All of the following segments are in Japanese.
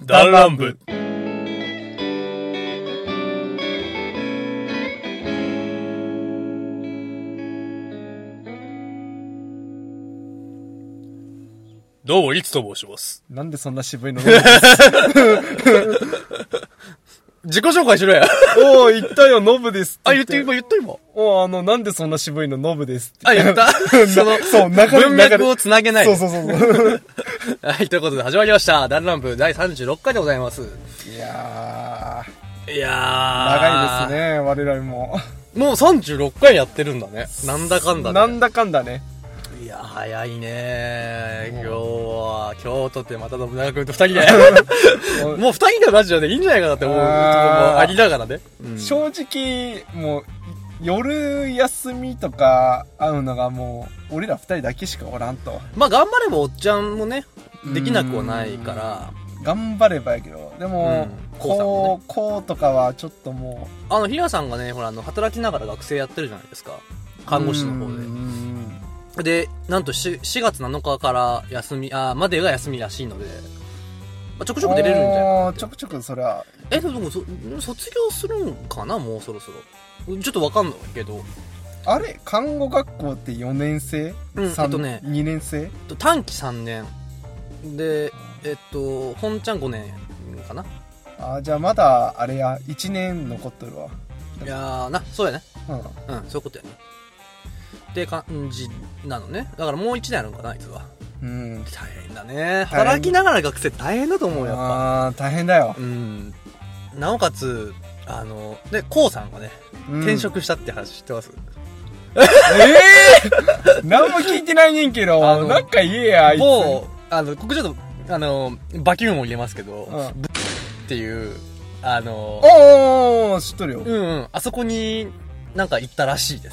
弾丸部。どうも、リツと申します。 なんでそんな渋いの？自己紹介しろや。 おー、言ったよ、ノブですって言った今。 おー、なんでそんな渋いの？ノブですって。 言ったそう、 文脈をつなげない。 そう。 はい、ということで始まりました。弾丸部第36回でございます。 いやー。 長いですね、我々も。 もう36回やってるんだね。なんだかんだね。 なんだかんだね。 いや、早いね。今日は、京都ってまた信長君と二人で。もう二人でラジオでいいんじゃないかなって思うところもありながらね。 正直、もう、夜休みとか会うのがもう、俺ら二人だけしかおらんと。 まあ頑張ればおっちゃんもね、できなくはないから。 頑張ればやけど、でも、こうとかはちょっともう。ひらさんがね、ほら、働きながら学生やってるじゃないですか。看護師の方で。で、なんと 4月7日からまでが休みらしいので、まあ、ちょくちょく出れるんじゃないちょくちょくそれは。 でも卒業するんかなもうそろそろ。ちょっとわかんないけど。 あれ看護学校って4年生 2 年生短期3年。で、本ちゃん5年かな。 じゃあまだ、あれや、1年残っとるわ。 いやーそうやね。そういうことやね。って感じなのね。だからもう1年あるんかな、あいつは。大変だね。働きながら学生大変だと思うよ、やっぱ。 大変だよ。 なおかつ、で、コウさんがね、転職したって話知ってます？ 何も聞いてないねんけど、なんか言えや、あいつ。 ここちょっと、バキューンを入れますけど、っていう、 知っとるよ。 あそこになんか行ったらしいです。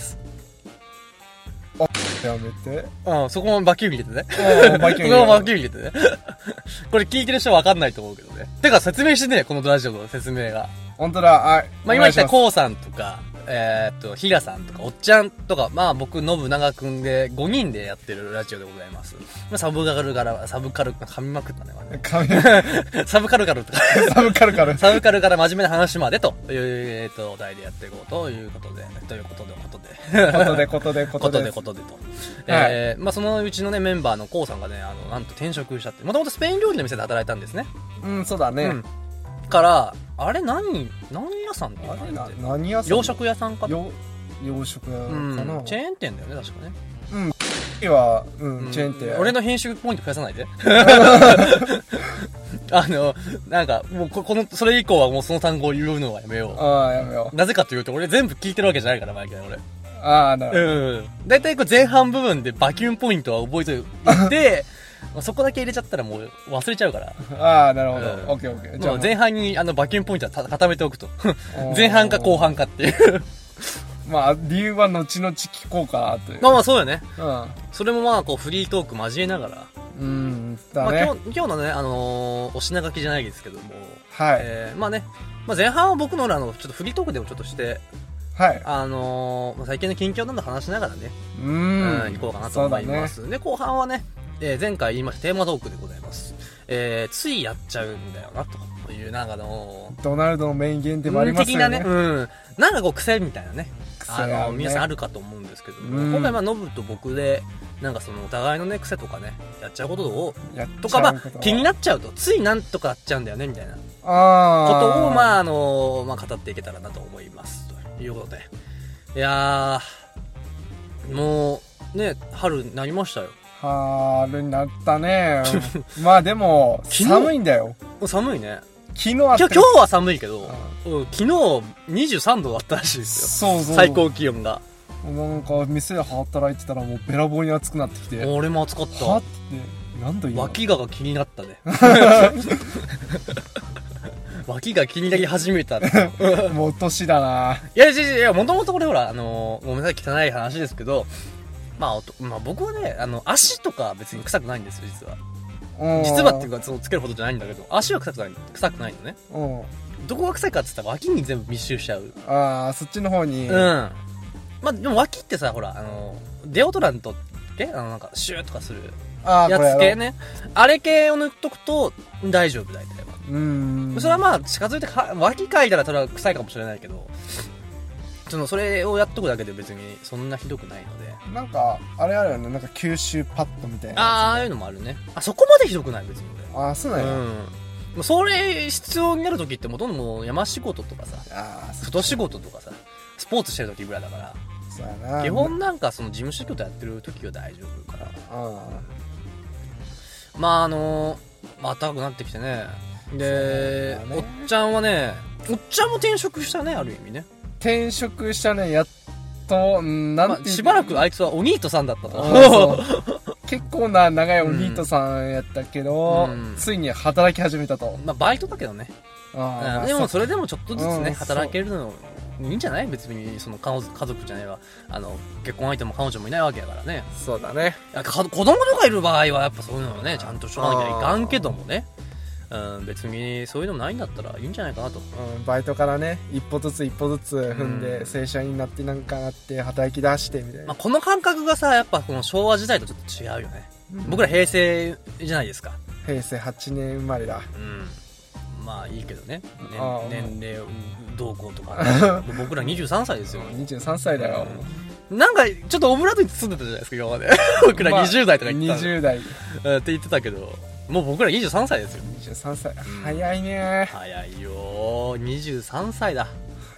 やめて。 そこもバキューン入れてね。 バキューン入れてね。これ聞いてる人は分かんないと思うけどね。てか説明してね、このラジオの説明が。 本当だ、はい。 まあ今言ったコウさんとか、ひらさんとか、おっちゃんとか、まあ僕、信長くんで、5人でやってるラジオでございます。サブカル、噛みまくったね、サブカルとか。サブカルから真面目な話までという、お題でやっていこうということで。まあそのうちのね、メンバーのコウさんがね、なんと転職したって、もともとスペイン料理の店で働いたんですね。 そうだね。 から、あれ何屋さんって何屋さん？ 洋食屋さんかな？ 洋食屋かな？ チェーン店だよね、確かね。 チェーン店。 俺の編集ポイント増やさないで。なんか、もうそれ以降はもうその単語を言うのはやめよう。 やめよう。なぜかというと、俺全部聞いてるわけじゃないから、毎回俺。 なるほど。 だいたい前半部分でバキュンポイントは覚えておいて、そこだけ入れちゃったらもう忘れちゃうから。 なるほど。オッケー。 じゃあ前半にバキュンポイントは固めておくと。前半か後半かっていう。 まあ、理由は後々聞こうかなという。 まあそうよね。それもまあフリートーク交えながら。 だね。 今日のね、お品書きじゃないですけども。 はい。 まあね、前半は僕のちょっとフリートークでもちょっとして、 はい。 最近の近況など話しながらね。行こうかなと思います。で、後半はね、前回言いましたテーマトークでございます。ついやっちゃうんだよな、という、なんかドナルドの名言でもありますよね。 的なね、なんか癖みたいなね。皆さんあるかと思うんですけども、今回ノブと僕で、なんかお互いのね、癖とかね、やっちゃうことを、とか、まあ、気になっちゃうと、ついなんとかやっちゃうんだよね、みたいな。ことを、まあ、語っていけたらなと思います。ということで。いやー、もう、ね、春になりましたよ。 春になったね。まあでも、寒いんだよ。 寒いね。 今日は寒いけど、昨日23度だったらしいですよ。そう。最高気温が。 なんか、店で働いてたらもうべらぼうに暑くなってきて。 俺も暑かった。 何度言うの？ 脇が気になったね。脇が気になり始めた。 もう年だな。 いや、もともとこれほら、ごめんなさい、汚い話ですけど、まあ僕はね、足とか別に臭くないんですよ、実は。実はっていうか、つけるほどじゃないんだけど、足は臭くないのね。どこが臭いかって言ったら脇に全部密集しちゃう。 そっちの方に。 まあ、でも脇ってさ、ほら、デオドラントって、なんか、シューとかする。 やつ系ね。あれ系を塗っとくと大丈夫、大体は。それはまあ、近づいて脇嗅いだらそれは臭いかもしれないけど、それをやっとくだけで別にそんなひどくないので。 なんか、あれあるよね、なんか吸収パッドみたいな、ね。 ああいうのもあるね。そこまでひどくない別に俺。そうなんや。 それ必要になる時ってほとんどもう山仕事とかさ、外仕事とかさ、スポーツしてる時ぐらいだから。 そうやな。 基本なんかその事務仕事やってる時は大丈夫から。まあ暖かくなってきてね。で、おっちゃんはね、おっちゃんも転職したね、ある意味ね。 転職したね、やっと、なんてしばらくあいつはおニートさんだったと。 結構な長いおニートさんやったけど、ついに働き始めたと。 バイトだけどね。でもそれでもちょっとずつね、働けるのいいんじゃない？別にその家族じゃないわ、結婚相手も彼女もいないわけやからね。 そうだね。 子供とかいる場合はやっぱそういうのをね、ちゃんとしとかなきゃいかんけどもね。別にそういうのもないんだったらいいんじゃないかなと。 バイトからね、一歩ずつ踏んで、正社員になってなんかなって働き出してみたいな。 この感覚がさ、やっぱこの昭和時代とちょっと違うよね。僕ら平成じゃないですか。 平成8年生まれだ。 まあいいけどね。年齢動向とか。僕ら23歳ですよ。 23歳だよ。 なんか、ちょっとオブラートに包んでたじゃないですか、今まで。僕ら20代とか言ってた。 20代。 って言ってたけど、もう僕ら23歳ですよ。 23歳。早いね。 早いよ。23歳だ。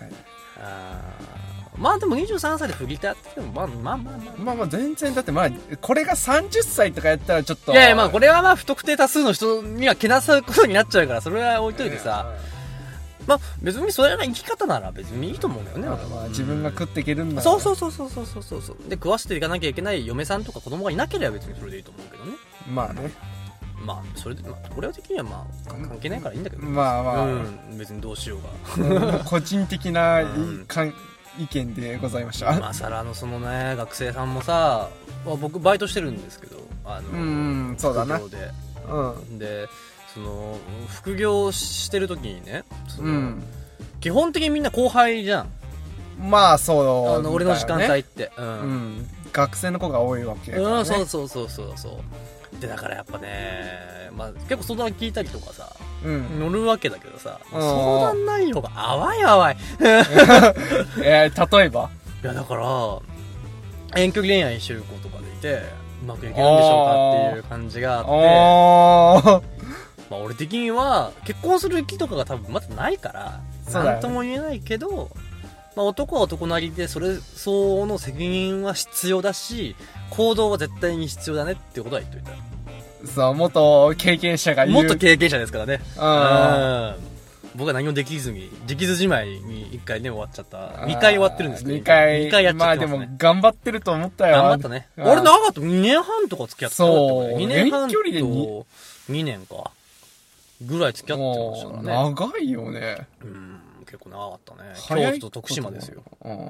まあでも23歳でフリーターやってても、まあ全然、だってこれが30歳とかやったらちょっと。 いやいや、これは不特定多数の人にはけなすことになっちゃうから、それは置いといてさ。別にそれが生き方なら別にいいと思うんだよね。 自分が食っていけるんだ。 そう。で、食わせていかなきゃいけない嫁さんとか子供がいなければ別にそれでいいと思うけどね。 まあね。 それで、俺的には関係ないからいいんだけど。別にどうしようが。個人的な意見でございました。 今更そのね、学生さんもさ、僕バイトしてるんですけど、 そうだな。 で、副業してる時にね、基本的にみんな後輩じゃん。 まあそう、 俺の時間帯って、 学生の子が多いわけ。 そうで、だからやっぱね、結構相談聞いたりとかさ、乗るわけだけどさ、相談内容が淡い。 例えば？ いやだから遠距離恋愛してる子とかでいて、うまくいけるんでしょうかっていう感じがあって。俺的には結婚する気とかが多分まだないから何とも言えないけど、男は男なりでそれ相応の責任は必要だし、行動は絶対に必要だねっていうことは言っといた。 そう、元経験者が言う。 元経験者ですからね。僕は何もできずじまいに1回ね終わっちゃった。2回終わってるんですけど、2回やっちゃってますね。 でも頑張ってると思ったよ。 頑張ったね。俺長かった。2年半とか付き合ってたってことで、2年半と2年かぐらい付き合ってましたからね。 長いよね。 結構長かったね。京都と徳島ですよ。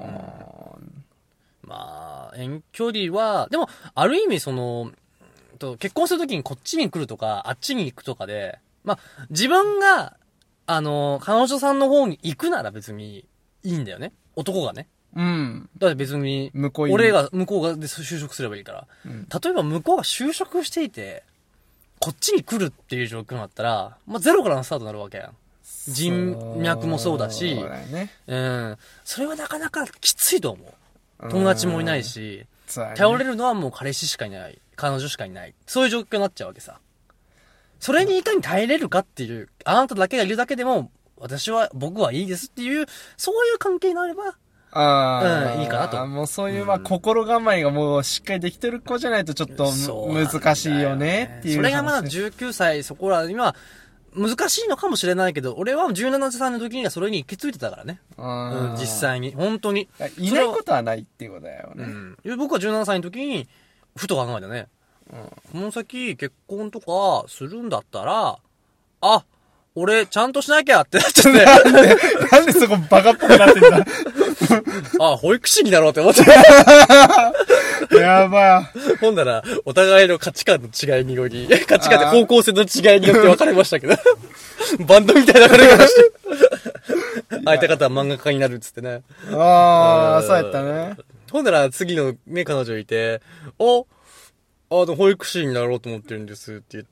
遠距離はでもある意味結婚するときにこっちに来るとかあっちに行くとかで、自分が彼女さんの方に行くなら別にいいんだよね、男がね。だって別に俺が向こうがで就職すればいいから、例えば向こうが就職していてこっちに来るっていう状況になったら、ゼロからのスタートになるわけやん。人脈もそうだし、それはなかなかきついと思う。友達もいないし、頼れるのはもう彼氏しかいない、彼女しかいない、そういう状況になっちゃうわけさ。それにいかに耐えれるかっていう、あなただけがいるだけでも僕はいいですっていう、そういう関係になればいいかなと。 もうそういう心構えがもうしっかりできてる子じゃないとちょっと難しいよねっていう。 それがまだ19歳そこらには難しいのかもしれないけど、俺は17歳の時にはそれに行き着いてたからね。実際に本当にいないことはないっていうことだよね。 僕は17歳の時にふと考えたね。この先結婚とかするんだったら、俺ちゃんとしなきゃってなっちゃって。 なんでそこバカっぽくなってんだ。 保育士になろうって思って。 やばい。ほんなら、お互いの価値観の違いにより、価値観で方向性の違いによって分かれましたけど。バンドみたいな彼がして。相手方は漫画家になるっつってね。 そうやったね。 ほんなら次のね、彼女いて、 保育士になろうと思ってるんですって言って、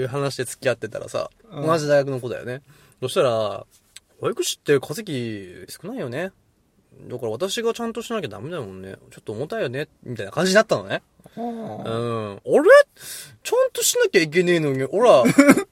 話して付き合ってたらさ、同じ大学の子だよね。そしたら、保育士って稼ぎ少ないよね。だから私がちゃんとしなきゃダメだもんね。ちょっと重たいよね。みたいな感じになったのね。あれちゃんとしなきゃいけねえのに、おら、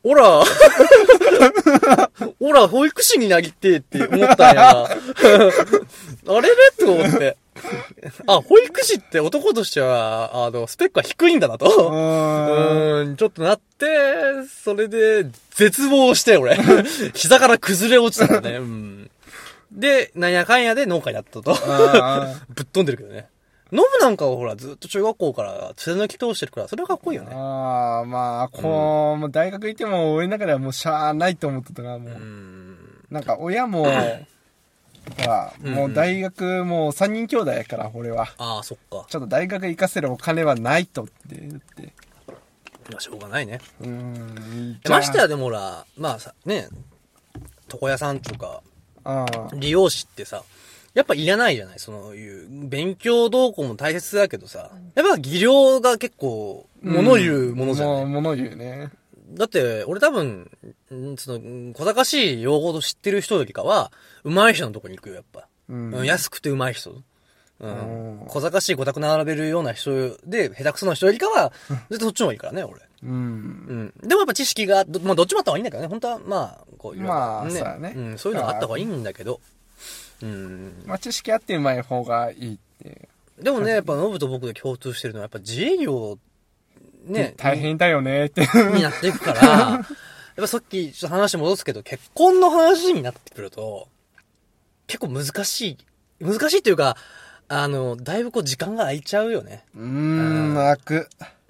保育士になりてえって思ったんや。あれれと思って。保育士って男としては、スペックは低いんだなと。ちょっとなって、それで、絶望して、俺。膝から崩れ落ちたのね。で、なんやかんやで農家になったと。ぶっ飛んでるけどね。ノブなんかはほら、ずっと中学校から貫き通してるから、それはかっこいいよね。 もう大学行っても、俺の中ではもうしゃーないと思ってたから、もう。なんか、親も、もう大学もう3人兄弟やから、俺は。 そっか。 ちょっと大学行かせるお金はないとって言って。 しょうがないね。ましてやでもほら、ね、床屋さんとか、理容師ってさ、やっぱいらないじゃない、そういう勉強動向も大切だけどさ、やっぱ技量が結構物言うものじゃない。 物言うね。 だって俺多分小賢しい用語を知ってる人よりかは上手い人のとこに行くよやっぱ、安くて上手い人、小賢しい5択並べるような人で下手くそな人よりかは絶対そっちの方がいいからね俺。でもやっぱ知識がどっちもあった方がいいんだけどね、本当はこういうそうね、 そういうのがあった方がいいんだけど、 知識あってうまい方がいいって。 でもね、やっぱノブと僕で共通してるのはやっぱ自営業ね、 大変だよねってになっていくから、やっぱさっきちょっと話戻すけど、結婚の話になってくると結構難しいというか、だいぶ時間が空いちゃうよね。 空く。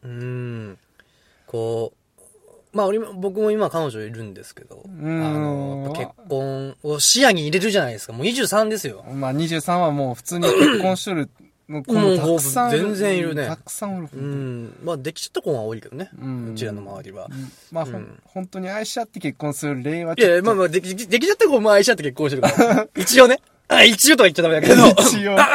僕も今彼女いるんですけど、結婚を視野に入れるじゃないですか。もう23ですよ。 23はもう普通に結婚しとる子もたくさん全然いるね。 たくさんおる。 できちゃった子は多いけどね。うちらの周りは。 本当に愛し合って結婚する例はちょっと。できちゃった子も愛し合って結婚してるから。一応ね。一応とは言っちゃダメだけど。 一応。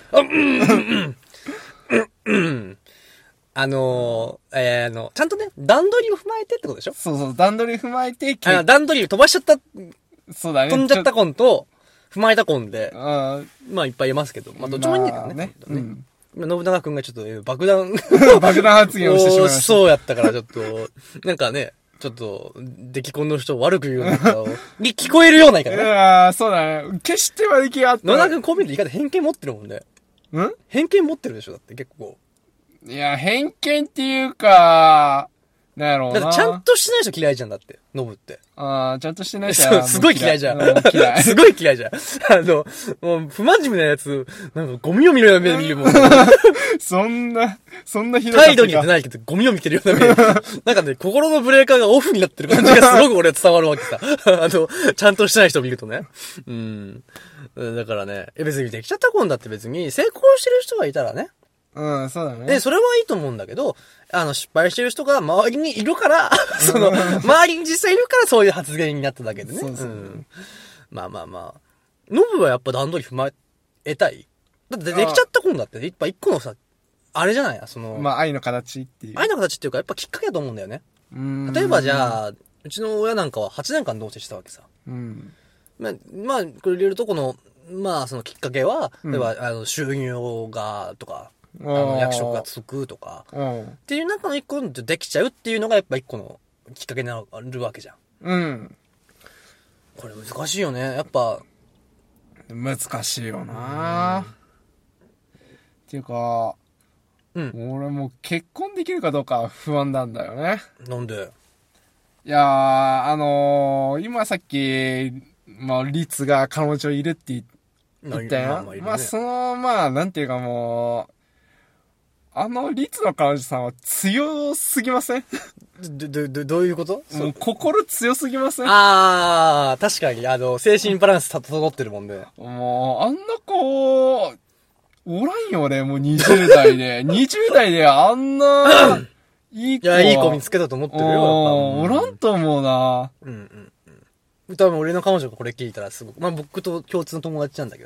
ちゃんとね、段取りを踏まえてってことでしょ？ そう、段取り踏まえて、 段取り飛ばしちゃった、 そうだね。 飛んじゃったコンと、踏まえたコンで、いっぱいいますけど、どっちもいいんだけどね。信長くんがちょっと爆弾発言をしてしまいました。 そうやったからちょっと、なんかね、ちょっと、出来婚の人を悪く言うのかに聞こえるような言い方ね。 そうだね。決して悪気があった。 信長くんこう見ると言い方偏見持ってるもんね。偏見持ってるでしょだって結構。 いや、偏見っていうか、なんやろうな。 だってちゃんとしてない人嫌いじゃんだって、ノブって。 ちゃんとしてない人はすごい嫌いじゃん。 嫌い。 すごい嫌いじゃん。もう、不真面目なやつ、なんかゴミを見るような目で見るもん。 そんなひどい。 態度には出ないけど、ゴミを見てるような目で。なんかね、心のブレーカーがオフになってる感じがすごく俺は伝わるわけさ。ちゃんとしてない人を見るとね。だからね、別にできちゃった子んだって別に成功してる人がいたらね。 そうだね。 で、それはいいと思うんだけど、失敗してる人が周りにいるから、周りに実際いるからそういう発言になっただけでね。ノブはやっぱ段取り踏まえたい。だってできちゃった子だって、一個のさ、あれじゃない愛の形っていう。 愛の形っていうか、やっぱきっかけだと思うんだよね。例えばじゃあ、うちの親なんかは8年間同棲したわけさ。これ入れるとそのきっかけは、例えば、収入が、とか、役職がつくとか、っていう中の一個できちゃうっていうのがやっぱ一個のきっかけになるわけじゃん。これ難しいよね。やっぱ。 難しいよなっていうか、俺も結婚できるかどうか不安なんだよね。 なんで？ いやー、今さっき、リツが彼女いるって言ったよ。なんていうかもう、リツの彼女さんは強すぎません？ どういうこと？ もう心強すぎません？ 確かに、精神バランス整ってるもんで。 もう、あんな子、おらんよね、もう20代で。20代であんな、いい子。 いや、いい子見つけたと思ってるよ。 おらんと思うな。 多分俺の彼女がこれ聞いたらすごく、僕と共通の友達なんだけどね。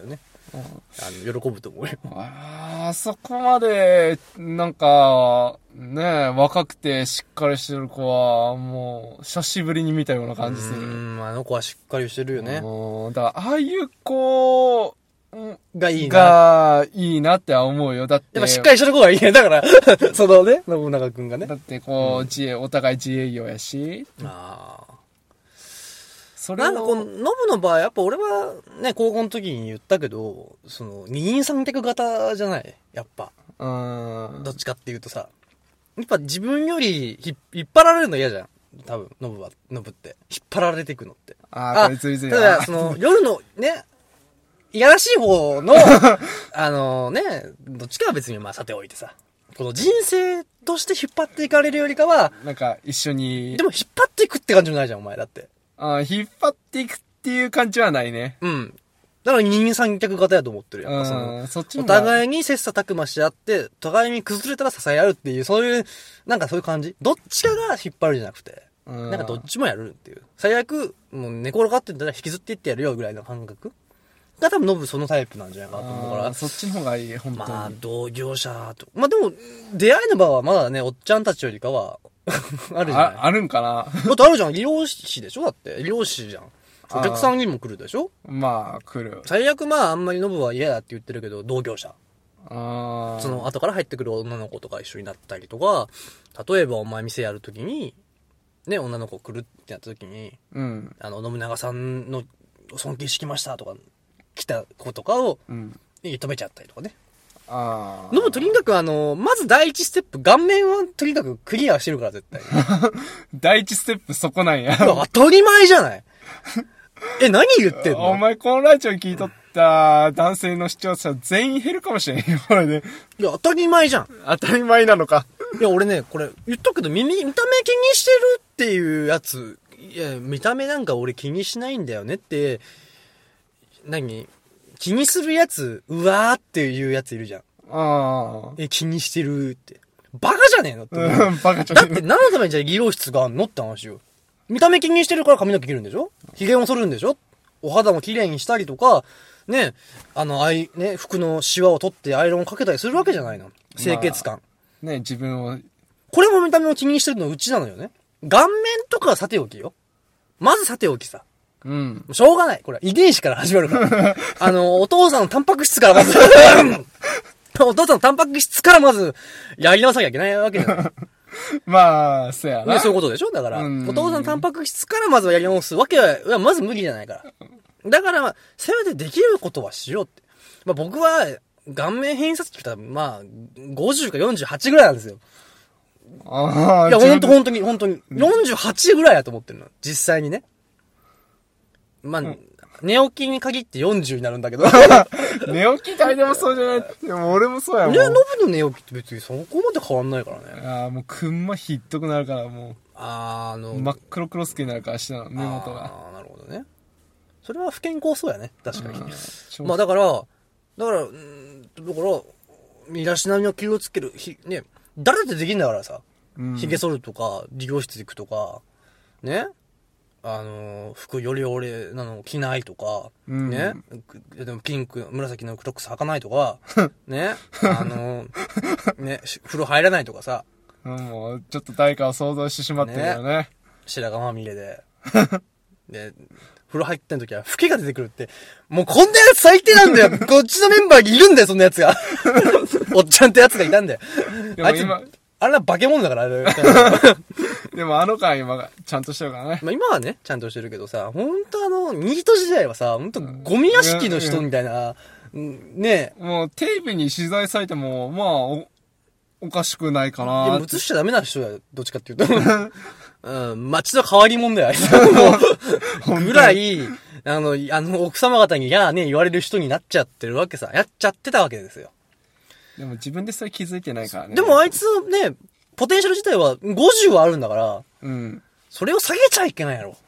喜ぶと思うよ。 そこまで、なんか、ね、若くてしっかりしてる子は、もう、久しぶりに見たような感じする。 あの子はしっかりしてるよね。 だから、ああいう子、 がいいなって思うよ。だって。 やっぱしっかりしてる子がいいね。だから、そのね、信長くんがね。 だってこう、お互い自営業やし。 それなんかノブの場合、やっぱ俺はね、高校の時に言ったけど、二人三脚型じゃないやっぱ。どっちかっていうとさ。やっぱ自分より引っ張られるの嫌じゃん。多分、ノブって。引っ張られていくのって。 これずいずいただ、夜のね、いやらしい方の、どっちかは別にさておいてさ、この人生として引っ張っていかれるよりかは、 なんか一緒に。 でも引っ張っていくって感じもないじゃん、お前だって。 引っ張っていくっていう感じはないね。 だから二人三脚型やと思ってるやん。 そっちも。 お互いに切磋琢磨し合って、互いに崩れたら支え合うっていう、そういう感じ。どっちかが引っ張るじゃなくて、なんかどっちもやるっていう。最悪、もう寝転がってたら引きずっていってやるよぐらいの感覚。が多分ノブそのタイプなんじゃないかなと思うから。 そっちの方がいい、本当に。 同業者と。でも、出会いの場はまだね、おっちゃんたちよりかは、あるじゃない。 あるんかな。 だってあるじゃん。医療士でしょだって。医療士じゃん。お客さんにも来るでしょ来る。 最悪あんまりノブは嫌だって言ってるけど、同業者。その後から入ってくる女の子とか一緒になったりとか、例えばお前店やるときに、ね、女の子来るってなったときに、信長さんの尊敬してきましたとか、来た子とかを、認めちゃったりとかね。ノブとにかくまず第一ステップ、顔面はとにかくクリアしてるから絶対。 第一ステップそこなんや。 当たり前じゃない何言ってんのお前このラジオ聞いとった男性の視聴者全員減るかもしれんよ、これで。 いや、当たり前じゃん。 当たり前なのか。 いや、俺ね、これ言っとくけど、見た目気にしてるっていうやつ、いや、見た目なんか俺気にしないんだよねって、気にするやつ、うわーっていうやついるじゃん。気にしてるって。バカじゃねえのって。 バカじゃねえの。 だって何のためにじゃあ美容室があんのって話よ。見た目気にしてるから髪の毛切るんでしょ髭も剃るんでしょお肌も綺麗にしたりとか、ね、服のシワを取ってアイロンをかけたりするわけじゃないの。清潔感。 自分を。 これも見た目を気にしてるのうちなのよね。顔面とかはさておきよ。まずさておきさ。しょうがない。これは遺伝子から始まるから。お父さんのタンパク質からまず、お父さんのタンパク質からまず、やり直さなきゃいけないわけじゃない。 そうやな。 ね、そういうことでしょだから、お父さんのタンパク質からまずはやり直すわけは、まず無理じゃないから。だから、せめてできることはしようって。僕は、顔面偏差値って言ったら、50か48ぐらいなんですよ。いや、本当に。48ぐらいだと思ってるの。実際にね。寝起きに限って40になるんだけど。 寝起き誰でもそうじゃない。でも俺もそうやもん。 ノブの寝起きって別にそこまで変わんないからね。 もうくんまひっどくなるからもう。真っ黒クロスケになるから下の目元が。 なるほどね。それは不健康そうやね。確かに。だから、身だしなみを気をつける。ね、誰だってできんだからさ。髭剃るとか、理容室行くとか、ね。服より俺なの着ないとか、ね。でもピンク、紫のクロックス履かないとか、ね。ね、風呂入らないとかさ。 もう、ちょっと誰かを想像してしまってるよね。 白髪まみれで。で、風呂入ってん時は、吹きが出てくるって、もうこんなやつ最低なんだよこっちのメンバーにいるんだよ、そんなやつが。おっちゃんってやつがいたんだよ。あいつ、あれは化け物だから、あれ。 でも回今、ちゃんとしてるからね。 今はね、ちゃんとしてるけどさ、ほんとニート時代はさ、ほんとゴミ屋敷の人みたいな、ねもうテレビに取材されても、おかしくないかな。 でも映しちゃダメな人や、どっちかっていうと。街の変わり者だよ、あいつ。ぐらい、奥様方に言われる人になっちゃってるわけさ。やっちゃってたわけですよ。 でも自分でそれ気づいてないからね。 でもあいつね、ポテンシャル自体は50はあるんだから、それを下げちゃいけないやろ。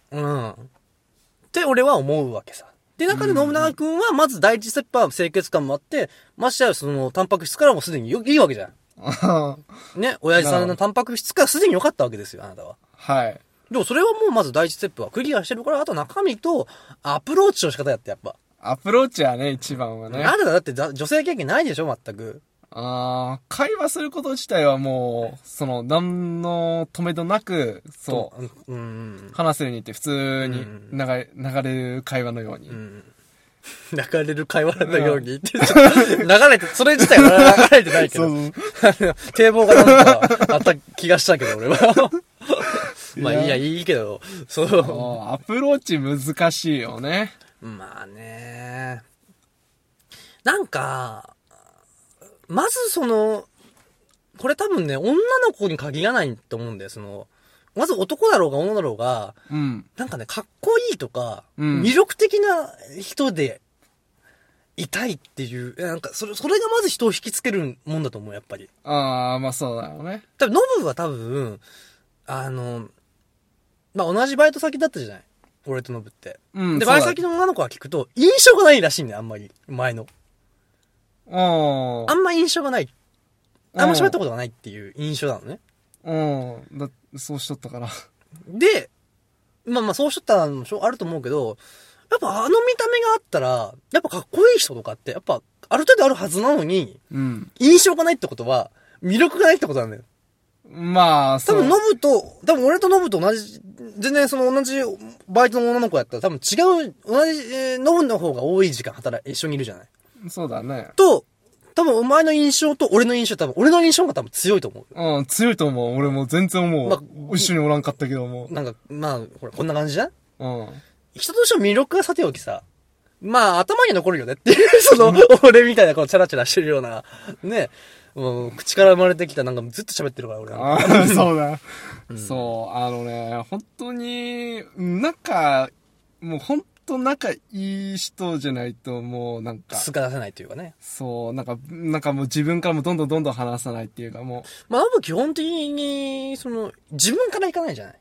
って俺は思うわけさ。で、中で信長くんは、まず第一ステップは清潔感もあって、ましてやその、タンパク質からもすでにいいわけじゃん。ね、親父さんのタンパク質からすでに良かったわけですよ、あなたは。 はい。 でもそれはもうまず第一ステップはクリアしてるから、あと中身とアプローチの仕方やって、やっぱ。 アプローチはね、一番はね。 あるだって女性経験ないでしょ、全く。 会話すること自体はもう、何の止めどなく、話せるようにって普通に流れる会話のように。 流れる会話のようにって、流れて、それ自体は流れてないけど。堤防がなんかあった気がしたけど、俺は。まあいいけど、 アプローチ難しいよね。 まあね。なんか、まずこれ多分ね、女の子に限らないと思うんだよ。まず男だろうが女だろうが、なんかね、かっこいいとか、魅力的な人でいたいっていう、なんかそれがまず人を引きつけるもんだと思う、やっぱり。 まあそうだよね。 多分、ノブは多分、まあ同じバイト先だったじゃない、俺とノブって。で、バイト先の女の子が聞くと、印象がないらしいんだよ、あんまり。前の。あんま印象がない。あんま喋ったことがないっていう印象なのね。 そうしとったから。 で、まあそうしとったらあると思うけど、やっぱあの見た目があったら、やっぱかっこいい人とかって、やっぱある程度あるはずなのに、印象がないってことは、魅力がないってことなんだよ。 まあ、 多分俺とノブと同じ、全然同じバイトの女の子やったら多分違う、同じ、ノブの方が多い時間一緒にいるじゃない。 そうだね。 多分お前の印象と俺の印象、俺の印象が多分強いと思う。強いと思う。俺も全然思う。一緒におらんかったけども。 なんか、まあ、ほら、こんな感じじゃん？人としての魅力がさておきさ、まあ、頭に残るよねっていう、俺みたいな、チャラチャラしてるような、ね、口から生まれてきた、なんかずっと喋ってるから、俺は。 そうだ。そう、本当に、もう本当仲いい人じゃないと、もうなんか。 素が出せないというかね。 そう、なんかもう自分からもどんどん話さないっていうかもう。 まあ、基本的に、自分から行かないじゃない。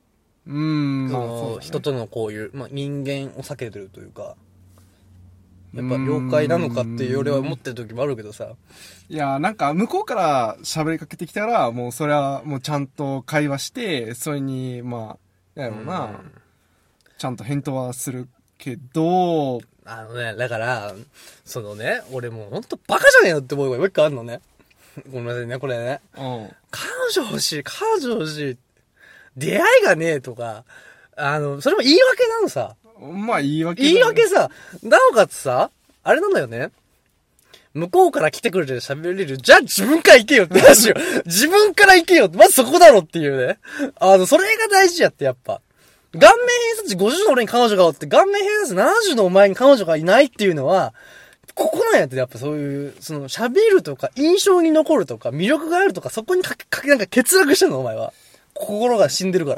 人とのこういう、まあ、人間を避けてるというか、やっぱ了解なのかっていう俺は思ってる時もあるけどさ。 いや、なんか向こうから喋りかけてきたら、もうそれはもうちゃんと会話して、それに、まあ、やろうな、ちゃんと返答はするけど、 だから、俺もうほんとバカじゃねえよって思うがよくあるのね。ごめんなさいね、これね。彼女欲しい。出会いがねえとか、それも言い訳なのさ。 まあ言い訳さ、なおかつさ、あれなんだよね。向こうから来てくれて喋れる。じゃあ自分から行けよって話よ。自分から行けよって。まずそこだろっていうね。それが大事やって、やっぱ。顔面偏差値50の俺に彼女がおって、顔面偏差値70のお前に彼女がいないっていうのは、ここなんやって、やっぱそういう、喋るとか、印象に残るとか、魅力があるとか、そこになんか欠落してんの、お前は。心が死んでるから。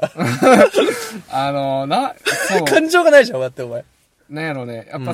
感情がないじゃん、だってお前。 なんやろね。やっぱ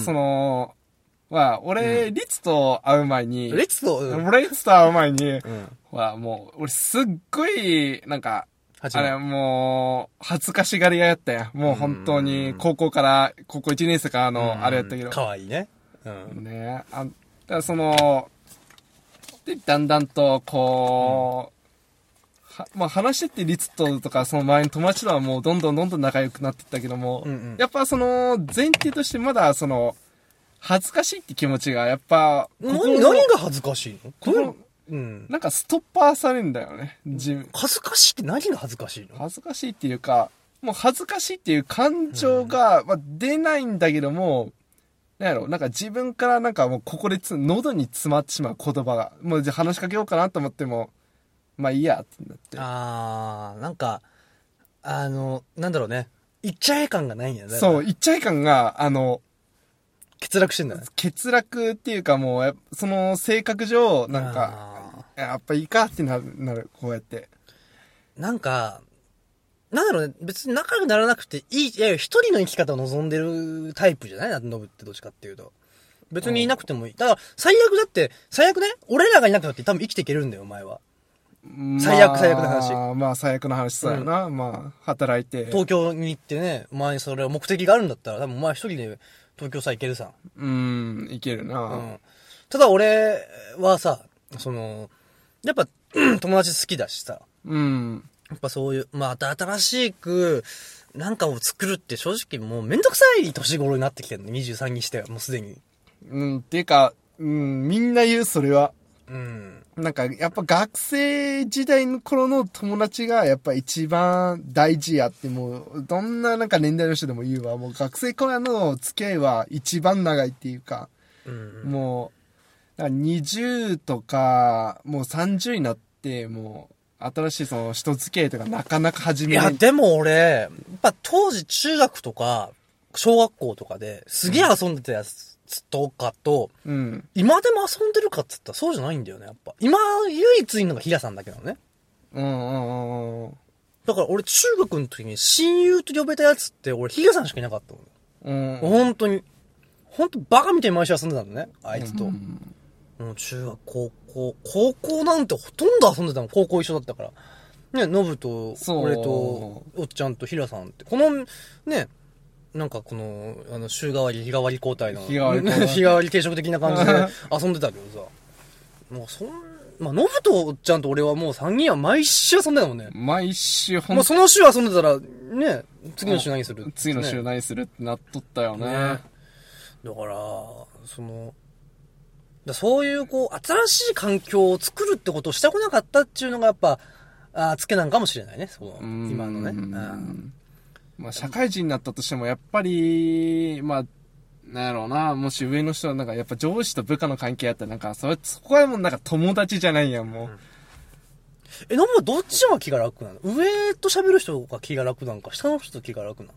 俺、リツと会う前に、 リツと会う前に、もう、俺すっごい、なんか、もう、恥ずかしがり屋やったやん。もう本当に、高校1年生からあれやったけど。 かわいいね。 ねだからで、だんだんと、こう、まあ話してってリツとかその周りの友達とはもうどんどん仲良くなっていったけども、やっぱ前提としてまだ恥ずかしいって気持ちがやっぱ、 何が恥ずかしいの？ なんかストッパーされるんだよね。 恥ずかしいって何が恥ずかしいの？ 恥ずかしいっていうか、もう恥ずかしいっていう感情が、出ないんだけども、なんか自分からなんかもうここで喉に詰まってしまう言葉が、もうじゃあ話しかけようかなと思っても、まあいいやってなって。 なんか、なんだろうね。言っちゃえ感がないんやね。 そう、言っちゃえ感が、 欠落してんだね。 欠落っていうかもう、その性格上、なんか、やっぱいいかってなる、こうやって。 なんか、なんだろうね、別に仲良くならなくていや一人の生き方を望んでるタイプじゃないノブってどっちかっていうと。別にいなくてもいい。だから、最悪ね、俺らがいなくなって多分生きていけるんだよ、お前は。最悪の話。 まあ最悪の話さやな。まあ、働いて。 東京に行ってね、お前にそれ目的があるんだったら、多分お前一人で東京さ行けるさ。 行けるな。 ただ俺はさ、やっぱ、友達好きだしさ。やっぱそういう、まあ、新しく、 なんかを作るって正直もうめんどくさい年頃になってきてるの、23にしてはもうすでに。 っていうか、みんな言う、それは。 うん。 なんか、やっぱ学生時代の頃の友達がやっぱ一番大事やって、もう、どんななんか年代の人でも言うわ。もう学生からの付き合いは一番長いっていうか、もう、20とか、もう30になって、もう、新しいその人付き合いとかなかなか始めない。 いや、でも俺、やっぱ当時中学とか、小学校とかですげえ遊んでたやつとかと、今でも遊んでるかっつったらそうじゃないんだよね、やっぱ。今、唯一いるのがヒラさんだけどね。だから俺中学の時に親友と呼べたやつって俺ヒラさんしかいなかったの。本当に。本当バカみたいに毎週遊んでたのね、あいつと。中学、高校なんてほとんど遊んでたの。高校一緒だったから。ね、ノブと、俺と、おっちゃんとヒラさんって。この、ね、なんかこの、週替わり、日替わり交代の、日替わり定食的な感じで遊んでたけどさ。もうノブとおっちゃんと俺はもう3人は毎週遊んでたもんね。 毎週もうその週遊んでたら、ね、次の週何する、 次の週何するってなっとったよね。 だから、そういう新しい環境を作るってことをしたくなかったっていうのがやっぱ、つけなんかもしれないね、今のね。 まあ社会人になったとしてもやっぱり、まあ、なんやろうな、もし上の人はなんかやっぱ上司と部下の関係やったらなんかそこはもうなんか友達じゃないやん、もう。 ノブはどっちが気が楽なの？上と喋る人が気が楽なのか、下の人と気が楽な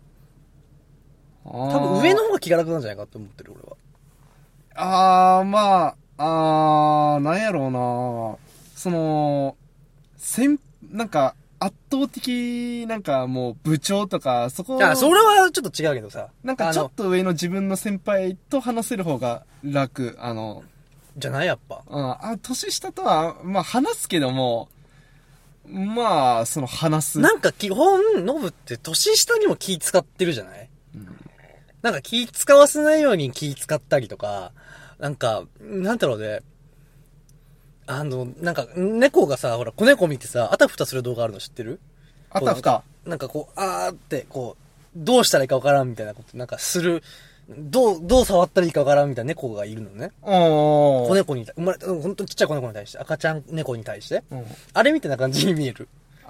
の？多分上の方が気が楽なんじゃないかと思ってる、俺は。 まあ、なんやろうな、なんか、圧倒的、なんかもう部長とか、それはちょっと違うけどさ。 なんかちょっと上の自分の先輩と話せる方が楽、 じゃないやっぱ。 年下とは、まあ話すけども、まあ、話す。 なんか基本、ノブって年下にも気使ってるじゃない？なんか気使わせないように気使ったりとか、なんか、なんだろうね。なんか、猫がさ、ほら、子猫見てさ、あたふたする動画あるの知ってる？ あたふた。 なんかって、どうしたらいいかわからんみたいなこと、なんかする、どう触ったらいいかわからんみたいな猫がいるのね。子猫に、生まれた、ほんとちっちゃい子猫に対して、赤ちゃん猫に対して。あれみたいな感じに見える。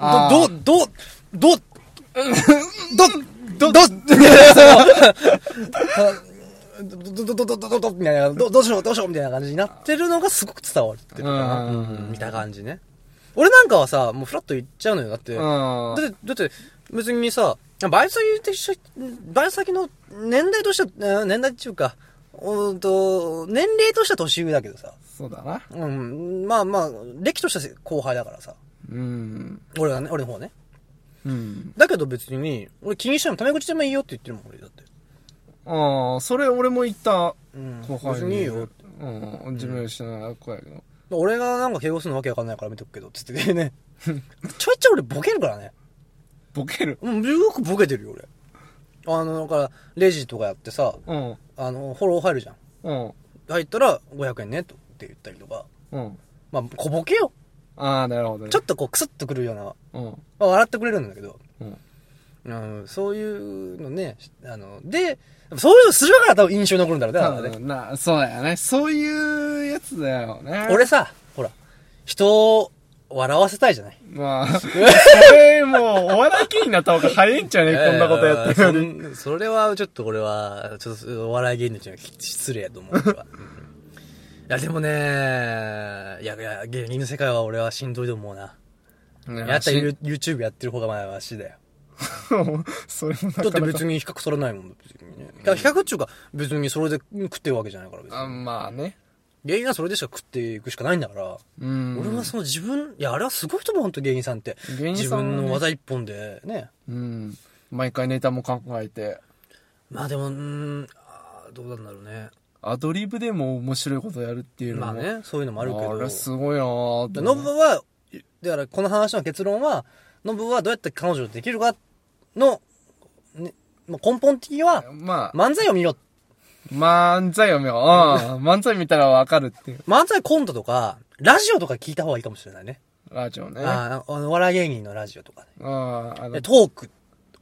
みたいな、どうしようみたいな感じになってるのがすごく伝わってるかな。見た感じね。俺なんかはさ、もうフラッと言っちゃうのよ。だって別にさ、バイト先の年代としては、年代っていうか、年齢としては年上だけどさ。 そうだな。 まあ、歴としては後輩だからさ。俺の方ね。だけど別に、俺気にしてもタメ口でもいいよって言ってるもん、俺だって。 それ俺も言った。 後輩に。別にいいよ。 自分より下の子やけど。 俺がなんか敬語するのわけわかんないから見とくけど、つってね。ちょいちょい俺ボケるからね。 ボケる？ よくボケてるよ、俺。だから、レジとかやってさ、フォロー入るじゃん。入ったら500円ね、って言ったりとか。まあ、小ボケよ。 なるほどね。 ちょっとクスッとくるような。笑ってくれるんだけど。そういうのね、で、そういうのするから多分印象に残るんだろうね。だからね。そうだよね。そういうやつだよね。 俺さ、ほら、人を笑わせたいじゃない。 まあ、それもうお笑い芸人になった方が早いんじゃねこんなことやってるのに。 それはちょっと俺は、ちょっとお笑い芸人には失礼やと思う。いやでもね、いや、芸人の世界は俺はしんどいと思うな。やったら YouTube やってる方がまだマシだよ。 それもだって別に比較されないもん、別にね。比較っていうか、別にそれで食ってるわけじゃないから別に。 まあね。 芸人はそれでしか食っていくしかないんだから。俺はいや、あれはすごいと思う、ほんと芸人さんって。自分の技一本でね。 毎回ネタも考えて。 まあでも、どうなんだろうね。 アドリブでも面白いことやるっていうのも。 まあね、そういうのもあるけど。 あれすごいなぁ。 ノブは、だからこの話の結論は、ノブはどうやって彼女できるかの、ね、根本的には、漫才を見ろ。 漫才を見ろ。漫才見たらわかるっていう。 漫才コントとか、ラジオとか聞いた方がいいかもしれないね。 ラジオね。 お笑い芸人のラジオとかね。トーク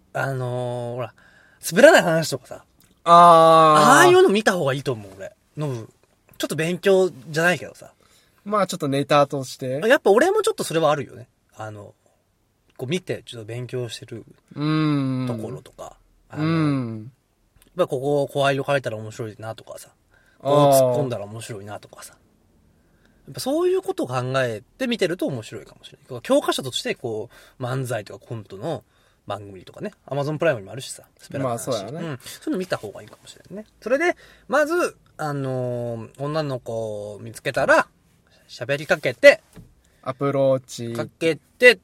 ほら、滑らない話とかさ。ああいうの見た方がいいと思う、俺。ちょっと勉強じゃないけどさ。 まあちょっとネタとして。 やっぱ俺もちょっとそれはあるよね。こう見て、ちょっと勉強してるところとか。やっぱここ声色変えたら面白いなとかさ。こう突っ込んだら面白いなとかさ。やっぱそういうことを考えて見てると面白いかもしれない。教科書としてこう、漫才とかコントの番組とかね。Amazon プライムにもあるしさ。スペラの話。 まあそうやね。 そういうの見た方がいいかもしれないね。それで、まず、女の子を見つけたら、喋りかけて、 アプローチ。 かけて、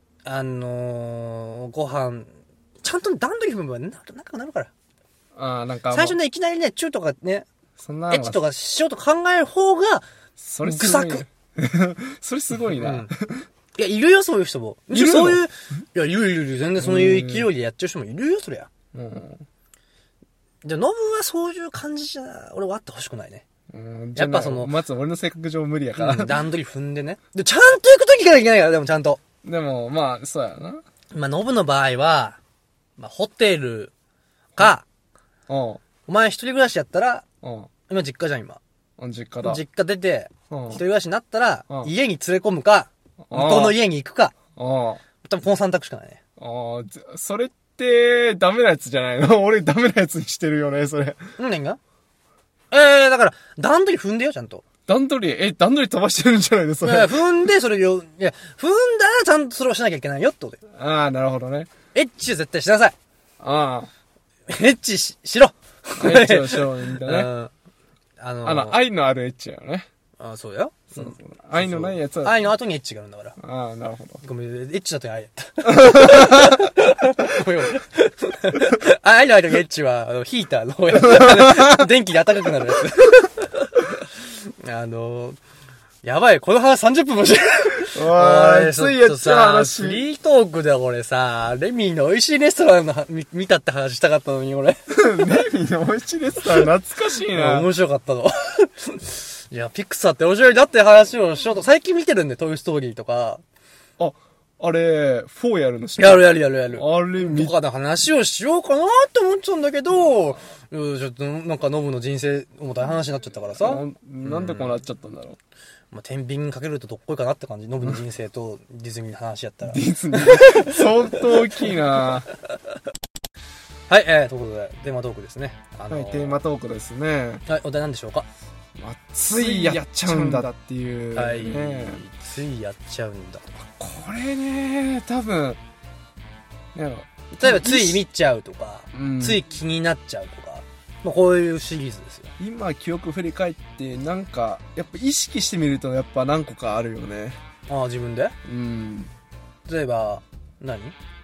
ご飯、ちゃんと段取り踏めば仲良くなるから。 なんか。 最初ね、いきなりね、チューとかね、 そんなエッチとかしようと考える方が、 それぐさく。 それすごいな。 いや、いるよ、そういう人も。いるそういう、いや、いる。全然そういう勢いでやっちゃう人もいるよ、そりゃ。じゃあ、ノブはそういう感じじゃ、俺はあってほしくないね。やっぱまず俺の性格上無理やから。 段取り踏んでね。で、ちゃんと行くときからいけないから、でもちゃんと。 でも、まあ、そうやな。 まあ、ノブの場合は、まあ、ホテルか、お前一人暮らしやったら、今実家じゃん、今。 実家だ。 実家出て、一人暮らしになったら、家に連れ込むか、向こうの家に行くか。多分この3択しかないね。 それって、ダメなやつじゃないの？俺ダメなやつにしてるよね、それ。 何が？だから、段取り踏んでよ、ちゃんと。 段取り飛ばしてるんじゃないのそれ。 踏んで、それを、踏んだらちゃんとそれをしなきゃいけないよってことで。 なるほどね。 エッチを絶対しなさい。エッチしろ。 エッチをしろ、みたいなね。愛のあるエッチやよね。 そうよ。 愛のないやつは。 愛の後にエッチがあるんだから。 なるほど。 ごめん、エッチだと愛やった。愛の間にエッチは、ヒーターの方や電気で暖かくなるやつ。やばい、この話30分もしてる。 ついやっちゃう話。 フリートークで俺さ、レミーの美味しいレストランの見たって話したかったのに俺。 レミーの美味しいレストラン懐かしいな。 面白かったの。いや、ピクサーって面白いなって話をしようと、最近見てるんで、トイストーリーとか。 あれ、4やるのやる。あれとかの話をしようかなって思ってたんだけど、ちょっとなんかノブの人生重たい話になっちゃったからさ。 なんでこうなっちゃったんだろう。 まあ、天秤かけるとどっこいかなって感じ。ノブの人生とディズニーの話やったら。 ディズニー相当大きいなはい、ということで、テーマトークですね。 はい、テーマトークですね。 はい、お題何でしょうか？ ついやっちゃうんだっていう、ね。はい、 ついやっちゃうんだ。 これね、多分、 例えばつい見ちゃうとか、つい気になっちゃうとか、まあ、こういうシリーズですよ。 今記憶振り返ってなんかやっぱ意識してみるとやっぱ何個かあるよね。 自分で？例えば何？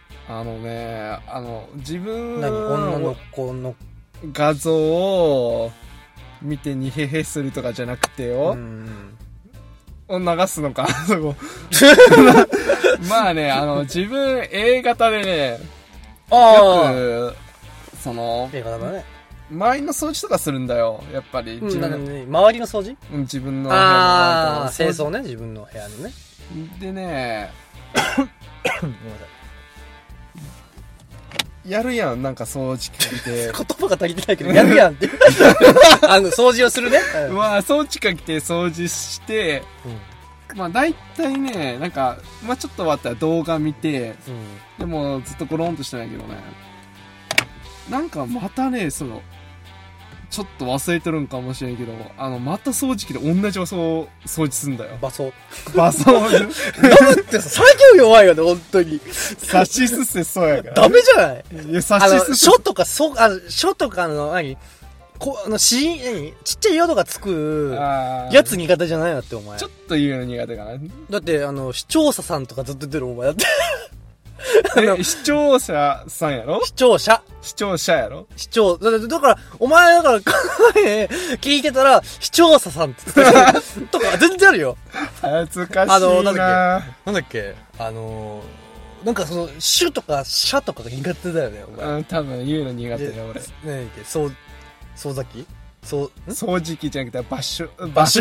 自分女の子の画像を見てにへへするとかじゃなくてよ。を流すのかそこまあね、自分 A 型でね、よく A 型だね。 周りの掃除とかするんだよ、やっぱり。 周りの掃除？ 自分の部屋の清掃ね、自分の部屋のね。 でねやるやん、なんか掃除機かけて。 言葉が足りてないけど、やるやんって。掃除をするね。 まあ、掃除かけて掃除して、まあ、大体ね、なんか、まあちょっと終わったら動画見て、でもずっとゴロンとしてないけどね。なんかまたね、ちょっと忘れてるんかもしれんけど、また掃除機で同じ場所を掃除すんだよ。 場所。 ノブってさ、最近弱いよね、本当に。 サシスセそうやから。 ダメじゃない？ いや、サシスセ。 書とか、書とかちっちゃい色とかつくやつ苦手じゃないなって、お前。 ちょっと言うの苦手かな。 だって、視聴者さんとかずっと出てるお前だって。 視聴者さんやろ？ 視聴者やろ？ だから、お前だから、聞いてたら、視聴者さんって言ってとか、全然あるよ。 恥ずかしいな。 なんだっけなんかシュとかシャとかが苦手だよね、お前。 多分言うの苦手だよ、俺。 何だっけ掃除機じゃなくて、バシュバソ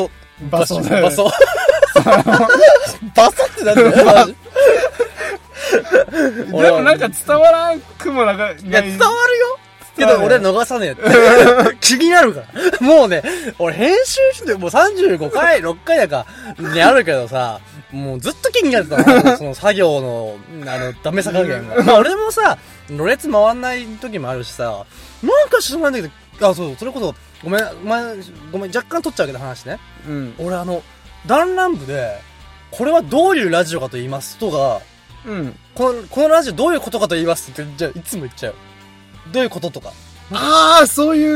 ってなんだよ、マジ。 でもなんか伝わらんくもなんか。 いや、伝わるよけど俺逃さねえって。気になるから。もうね、俺編集してもう35回、6回だかにあるけどさ、もうずっと気になってたの。その作業の、ダメさ加減が。まあ俺もさ、ろれつ回んない時もあるしさ、なんか知らないんだけど、そう、それこそ、ごめん、若干取っちゃうけど話ね。 うん。 俺弾丸部で、これはどういうラジオかと言いますとが、 うん。 このラジオどういうことかと言いますって、じゃあいつも言っちゃう。どういうこととか。 ああ、そういう、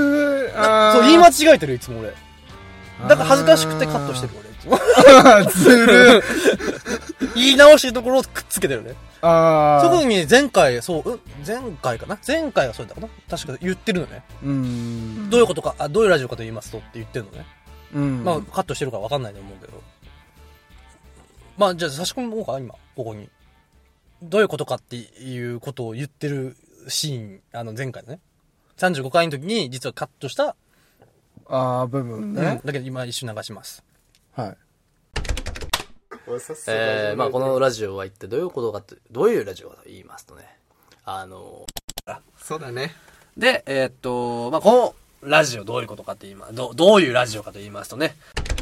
そう、言い間違えてる、いつも俺。だから恥ずかしくてカットしてる、俺、いつも。 ずる言い直してるところをくっつけてるね。 ああ。 特に前回、前回かな前回はそうだったかな確か言ってるのね。どういうことか、どういうラジオかと言いますとって言ってるのね。まあ、カットしてるから分かんないと思うけど。まあ、じゃあ差し込もうか、今、ここに。どういうことかっていうことを言ってるシーン、前回のね。35回の時に実はカットした、 部分ね。 だけど今一瞬流します。 はい。 まあこのラジオは一体どういうことかって、どういうラジオかと言いますとね。 そうだね。 で、まあこのラジオどういうことかって言います。どういうラジオかと言いますとね。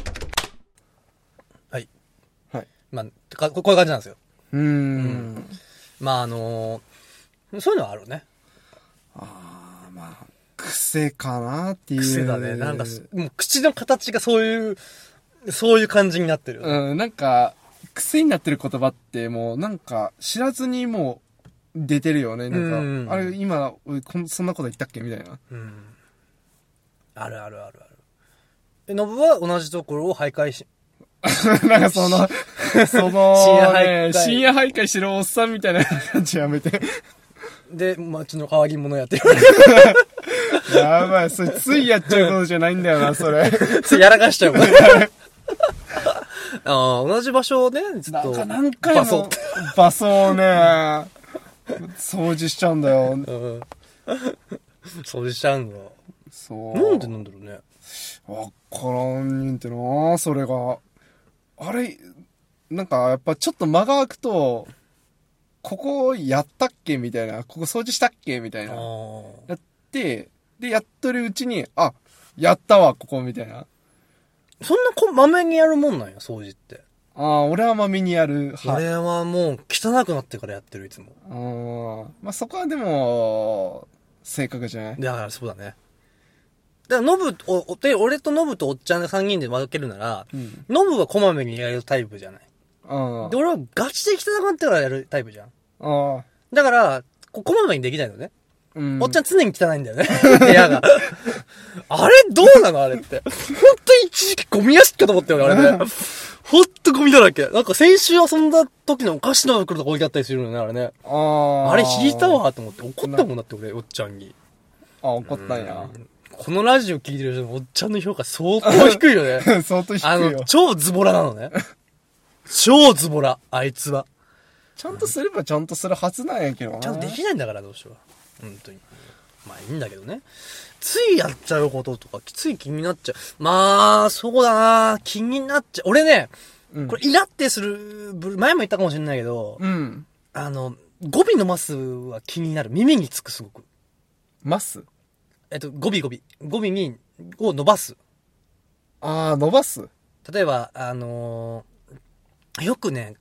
はい。 はい。 まあ、こういう感じなんですよ。まあそういうのはあるね。 まあ、癖かなっていう。 癖だね。なんか、もう口の形がそういう感じになってる。 なんか、癖になってる言葉って、もうなんか、知らずにもう、出てるよね。なんか、あれ、今、そんなこと言ったっけみたいな。 ある。ノブは同じところを徘徊し、 なんか深夜徘徊してるおっさんみたいな感じやめて。 で、街の騒ぎ者やってる。 やばい、それついやっちゃうことじゃないんだよな、それ。 やらかしちゃうから。同じ場所をね、ずっと。 何回も、場所をね、掃除しちゃうんだよ。 掃除しちゃうんだ。 そう。 なんでなんだろうね。 わからんんってな、それが。あれ、なんかやっぱちょっと間が空くと、ここやったっけみたいな、ここ掃除したっけみたいな。やって、で、やっとるうちに、やったわ、ここ、みたいな。 そんなまめにやるもんなんや、掃除って。 俺はまめにやる。 俺はもう汚くなってからやってる、いつも。まあ、そこはでも、正確じゃない？ だからそうだね。だから、俺とノブとおっちゃんで3人で分けるなら、ノブはこまめにやるタイプじゃない。で、俺はガチで汚くなってからやるタイプじゃん。だから、こまめにできないのね。おっちゃん常に汚いんだよね。部屋が。あれどうなのあれって。ほんと一時期ゴミ屋敷かと思ったよね、あれね。ほんとゴミだらけ。なんか先週遊んだ時のお菓子の袋とか置いてあったりするのね、あれね。あれ引いたわと思って怒ったもんだって俺、おっちゃんに。 怒ったんや。 このラジオ聞いてる人のおっちゃんの評価相当低いよね。 相当低いよ。 超ズボラなのね。超ズボラ、あいつは。 ちゃんとすればちゃんとするはずなんやけどな。 ちゃんとできないんだから、どうしよう。本当に。まあいいんだけどね。ついやっちゃうこととか、つい気になっちゃう。まあ、そうだな気になっちゃう。俺ね、これイラってする、前も言ったかもしれないけど、語尾のマスは気になる。耳につく、すごく。 マス？ 語尾。語尾を伸ばす。 伸ばす？ 例えば、よくね、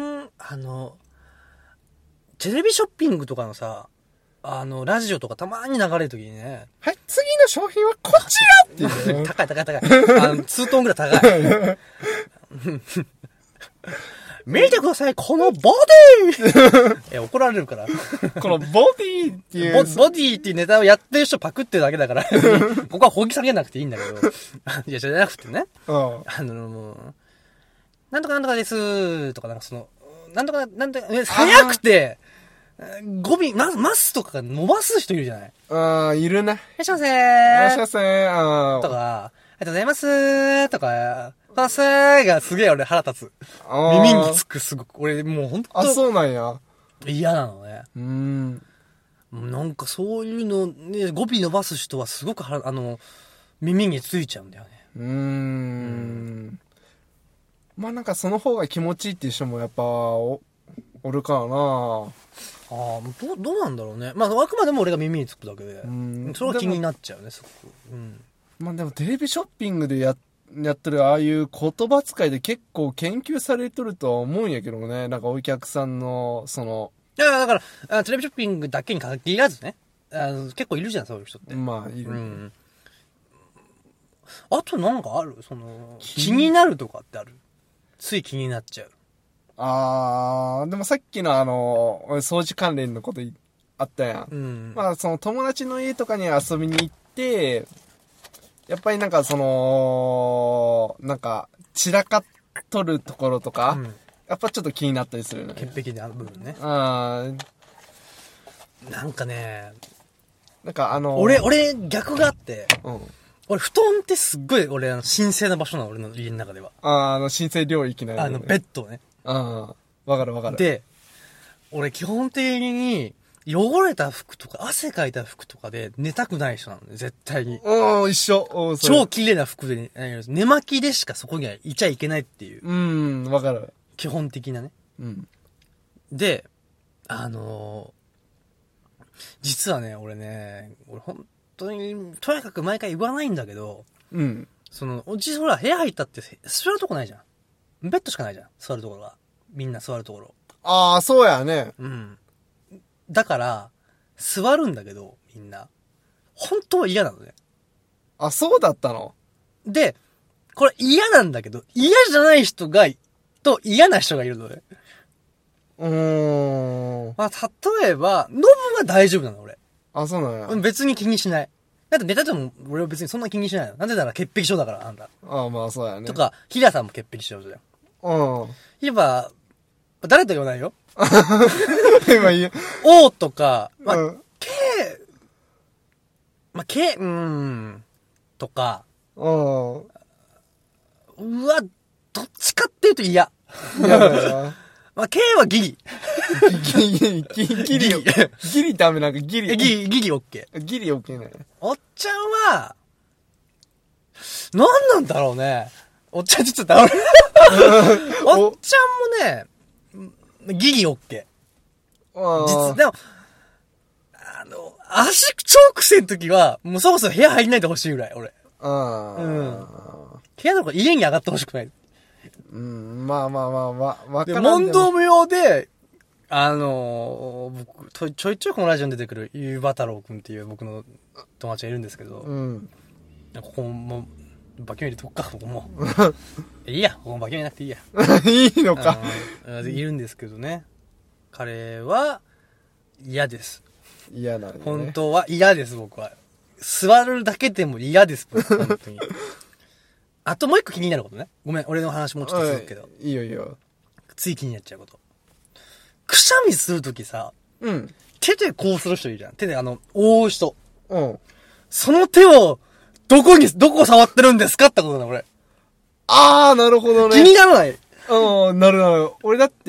テレビショッピングとかのさ、ラジオとかたまに流れるときにね。 はい、次の商品はこちらっていう。 高い。2トンぐらい高い。見てください、このボディ怒られるから。 このボディっていう。 ボディっていうネタをやってる人パクってるだけだから、ここは掘り下げなくていいんだけど。いや、じゃなくてね。なんとかですとか、なんかなんとか、早くて、語尾、マスとか伸ばす人いるじゃない？ いるね。 いらっしゃいませー。 いらっしゃいませー。 とか、ありがとうございますー。とか、パスーがすげえ俺腹立つ。耳につくすごく。俺もうほんと。 そうなんや。 嫌なのね。なんかそういうのね、語尾伸ばす人はすごく耳についちゃうんだよね。 まあなんかその方が気持ちいいっていう人もやっぱ多おるからな。 どうなんだろうね。まあ、あくまでも俺が耳につくだけで。それは気になっちゃうね、すごく。 まあでもテレビショッピングでやってるああいう言葉遣いで結構研究されとるとは思うんやけどね。なんかお客さんの、 いや、だから、テレビショッピングだけに限らずね。結構いるじゃん、そういう人って。 まあ、いる。 あとなんかある気になるとかってある？つい気になっちゃう。 でもさっきの掃除関連のことあったやん。まあ、その友達の家とかに遊びに行って、やっぱりなんかなんか、散らかっとるところとか、やっぱちょっと気になったりするね。 潔癖な部分ね。なんかね、 なんか俺逆があって、俺布団ってすっごい神聖な場所なの、俺の家の中では。 神聖領域なベッドね。 わかるわかる。 で、俺基本的に、汚れた服とか、汗かいた服とかで寝たくない人なのね、絶対に。 一緒。 超綺麗な服で、寝巻きでしかそこにはいちゃいけないっていう。 わかる。 基本的なね。で、実はね、俺本当に、とにかく毎回言わないんだけど、うちほら、部屋入ったって座るとこないじゃん。ベッドしかないじゃん、座るところが。みんな座るところ。 そうやね。 だから、座るんだけど、みんな。本当は嫌なのね。 そうだったの？ で、これ嫌なんだけど、嫌じゃない人と嫌な人がいるのね。まあ、例えば、ノブは大丈夫なの、俺。 そうなの？ 別に気にしない。だって寝たとも俺は別にそんな気にしないの。なんでなら潔癖症だから、あんた。 まあそうやね。 とか、ヒラさんも潔癖症じゃん。言えば、誰と言わないよ。 今いいよ。 O とか、K、とか、うわ、どっちかっていうと嫌。嫌だよな。K はギリ。 ギリダメなんかギリ。 ギリオッケー。ギリオッケーね。 おっちゃんは、何なんだろうね。おっちゃんちょっと倒れ。おっちゃんもね、ギリオッケー。でも、足超癖の時は、もうそもそも部屋入んないでほしいぐらい、俺。部屋の子家に上がってほしくない。 まあ、わかる。問答無用で、僕、ちょいちょいこのラジオに出てくる、ゆうば太郎くんっていう僕の友達がいるんですけど、ここも、バキュン入れとくか、ここも。いいや、ここもバキュン入れなくていいや。 いいのか。 いるんですけどね。彼は、嫌です。 嫌なんだね。 本当は嫌です、僕は。座るだけでも嫌です、僕、本当に。あともう一個気になることね。ごめん、俺の話もうちょっと続くけど。 いいよいいよ。 つい気になっちゃうこと。くしゃみするときさ、手でこうする人いるじゃん。手で覆う人。その手を、どこ触ってるんですかってことだ、俺。 なるほどね。 気にならない。 なる。俺だって、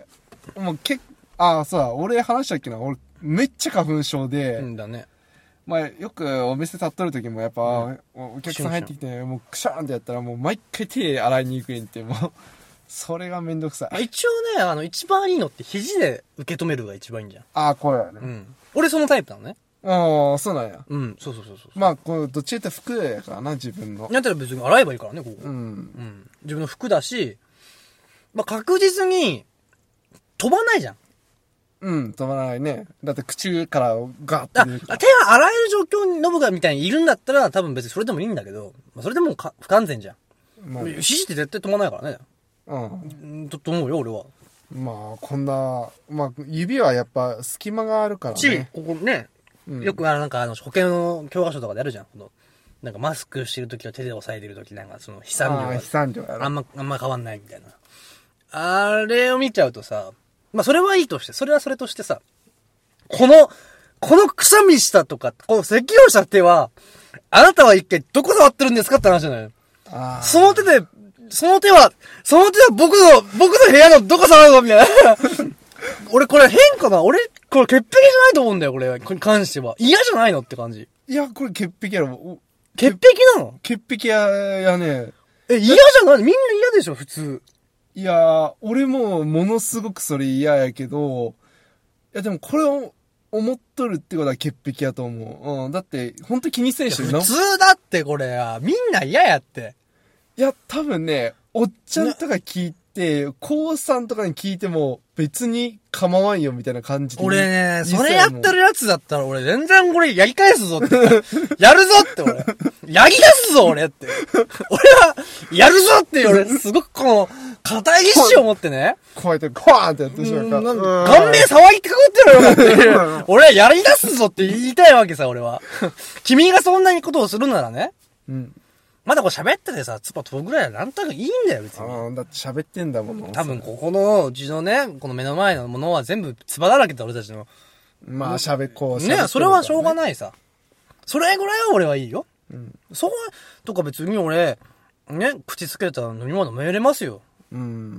もうそうだ、俺話したっけな。俺、めっちゃ花粉症で。 だね。 まあ、よくお店立っとる時もやっぱ、お客さん入ってきて、もうくしゃーんってやったらもう毎回手洗いに行くねんって、もう、それがめんどくさい。 一応ね、一番いいのって肘で受け止めるのが一番いいんじゃん。 これやね。 俺そのタイプなのね。 そうなんや。 そう。 まあ、どっちかって服やからな、自分の。 やったら別に洗えばいいからね、ここ。自分の服だし、まあ確実に、飛ばないじゃん。 飛ばないね。だって口からガーッて手は洗える状況にノブがみたいにいるんだったら多分別にそれでもいいんだけど、それでも不完全じゃん。肘って絶対飛ばないからね。と思うよ、俺は。 まあ、こんな、指はやっぱ隙間があるからね。 ここね、よくなんか保険の教科書とかであるじゃん。なんかマスクしてるときと手で押さえてるときなんかその飛散量があんま変わんないみたいな。あれを見ちゃうとさ、まあそれはいいとして、それはそれとしてさ、このくしゃみしたとか、この咳をした手は、あなたは一体どこ触ってるんですかって話じゃない。その手は僕の部屋のどこ触るのみたいな。俺これ変かな？俺、これ潔癖じゃないと思うんだよ、これに関しては。嫌じゃないのって感じ。 いや、これ潔癖やろ。 潔癖なの？ 潔癖やね。 嫌じゃない？みんな嫌でしょ、普通。 いやー、俺もものすごくそれ嫌やけど、いやでもこれを思っとるってことは潔癖やと思う。うん。だって、ほんと気にせんし普通だってこれ、みんな嫌やって。 いや、多分ね、おっちゃんとか聞いて、高3とかに聞いても別に構わんよみたいな感じで。 俺ね、それやってるやつだったら俺全然これやり返すぞって。やるぞって俺。やり出すぞ俺って。俺は、やるぞって俺、すごくこの、固い意志を持ってね。 こうやって、コーンってやってしまうか。 顔面騒ぎかかってろよって。俺はやり出すぞって言いたいわけさ、俺は。君がそんなにことをするならね。うん。まだこう喋っててさ、つば飛ぶぐらいはなんとなくいいんだよ、別に。 ああ、だって喋ってんだもん。 多分ここの、うちのね、この目の前のものは全部つばだらけだ、俺たちの。 まあ、こう。 ね、それはしょうがないさ。それぐらいは俺はいいよ。うん。そう、とか別に俺、ね、口つけた飲み物飲めれますよ。うん。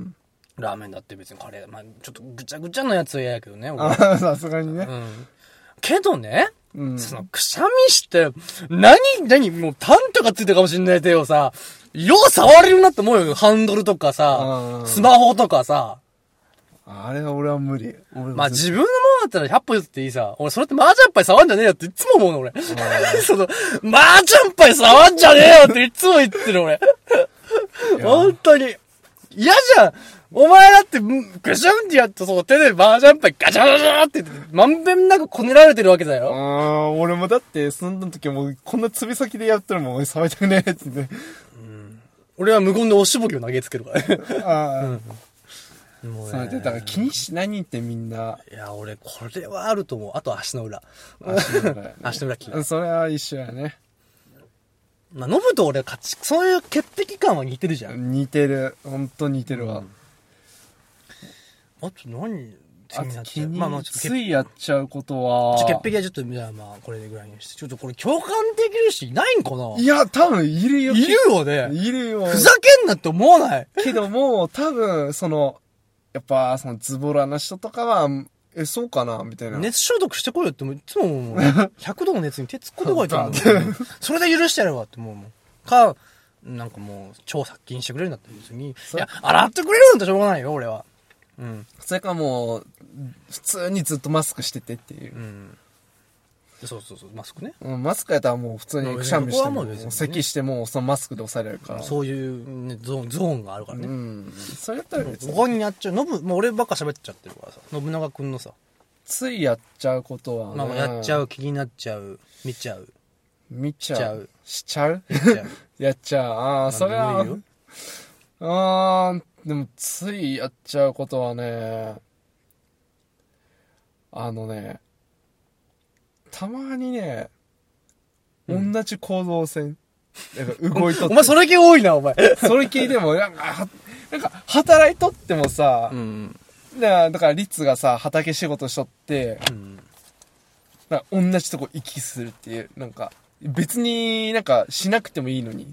ラーメンだって別にカレー、まあちょっとぐちゃぐちゃなやつは嫌やけどね、俺。 ああ、さすがにね。 うん。けどね、うん、そのくしゃみして、何もうタンとかついてるかもしんない手をさ、よう触れるなって思うよ。ハンドルとかさ、スマホとかさ。 あれは俺は無理。 まあ自分のものだったら100歩譲っていいさ。俺それって麻雀牌触んじゃねえよっていつも思うの俺。その、麻雀牌触んじゃねえよっていつも言ってる俺。本当に。嫌じゃん。お前だって、ぐしゃんってやって、その手で麻雀牌ガチャガチャって言って、まんべんなくこねられてるわけだよ。 俺もだって、そんな時もう、こんなつび先でやったらもう、俺触りたくねえってね。 俺は無言でおしぼりを投げつけるからね。 それで、だから気にしないってみんな。 いや、俺、これはあると思う。あと足の裏。足の裏気。 それは一緒やね。 まあ、ノブと俺はそういう潔癖感は似てるじゃん。 似てる。ほんと似てるわ。 あと何ついやっちゃうことは。 潔癖はちょっと、じゃあまあ、これぐらいにして。ちょっとこれ共感できる人いないんかな？ いや、多分いるよ。 いるよね。 いるよ。 ふざけんなって思わない？ けども、多分、やっぱ、ズボラな人とかは、そうかなみたいな。 熱消毒してこいよっていつも思うもん。100度の熱に手突っ込んでこいって思う。それで許してやるわって思うもん。なんかもう、超殺菌してくれるんだったら別に。いや、洗ってくれるんだしょうがないよ、俺は。うん。 それかもう、普通にずっとマスクしててっていう。うん。 そう、マスクね。 うん、マスクやったらもう普通にくしゃみしても、咳しても、そのマスクで抑えられるから。 そういう、ね、ゾーンがあるからね。うん。 それやったら別に。 他にやっちゃう。もう俺ばっか喋っちゃってるからさ。信長くんのさ。 ついやっちゃうことはね。 まあやっちゃう、気になっちゃう、見ちゃう。 しちゃうやっちゃう。ああ、それは。でもついやっちゃうことはね、たまにね、同じ行動線。なんか動いとって。 お前それ系多いな、お前。 それ系でも、なんか、働いとってもさ、だから、リツがさ、畑仕事しとって、なんか同じとこ行き来するっていう、なんか、別になんかしなくてもいいのに。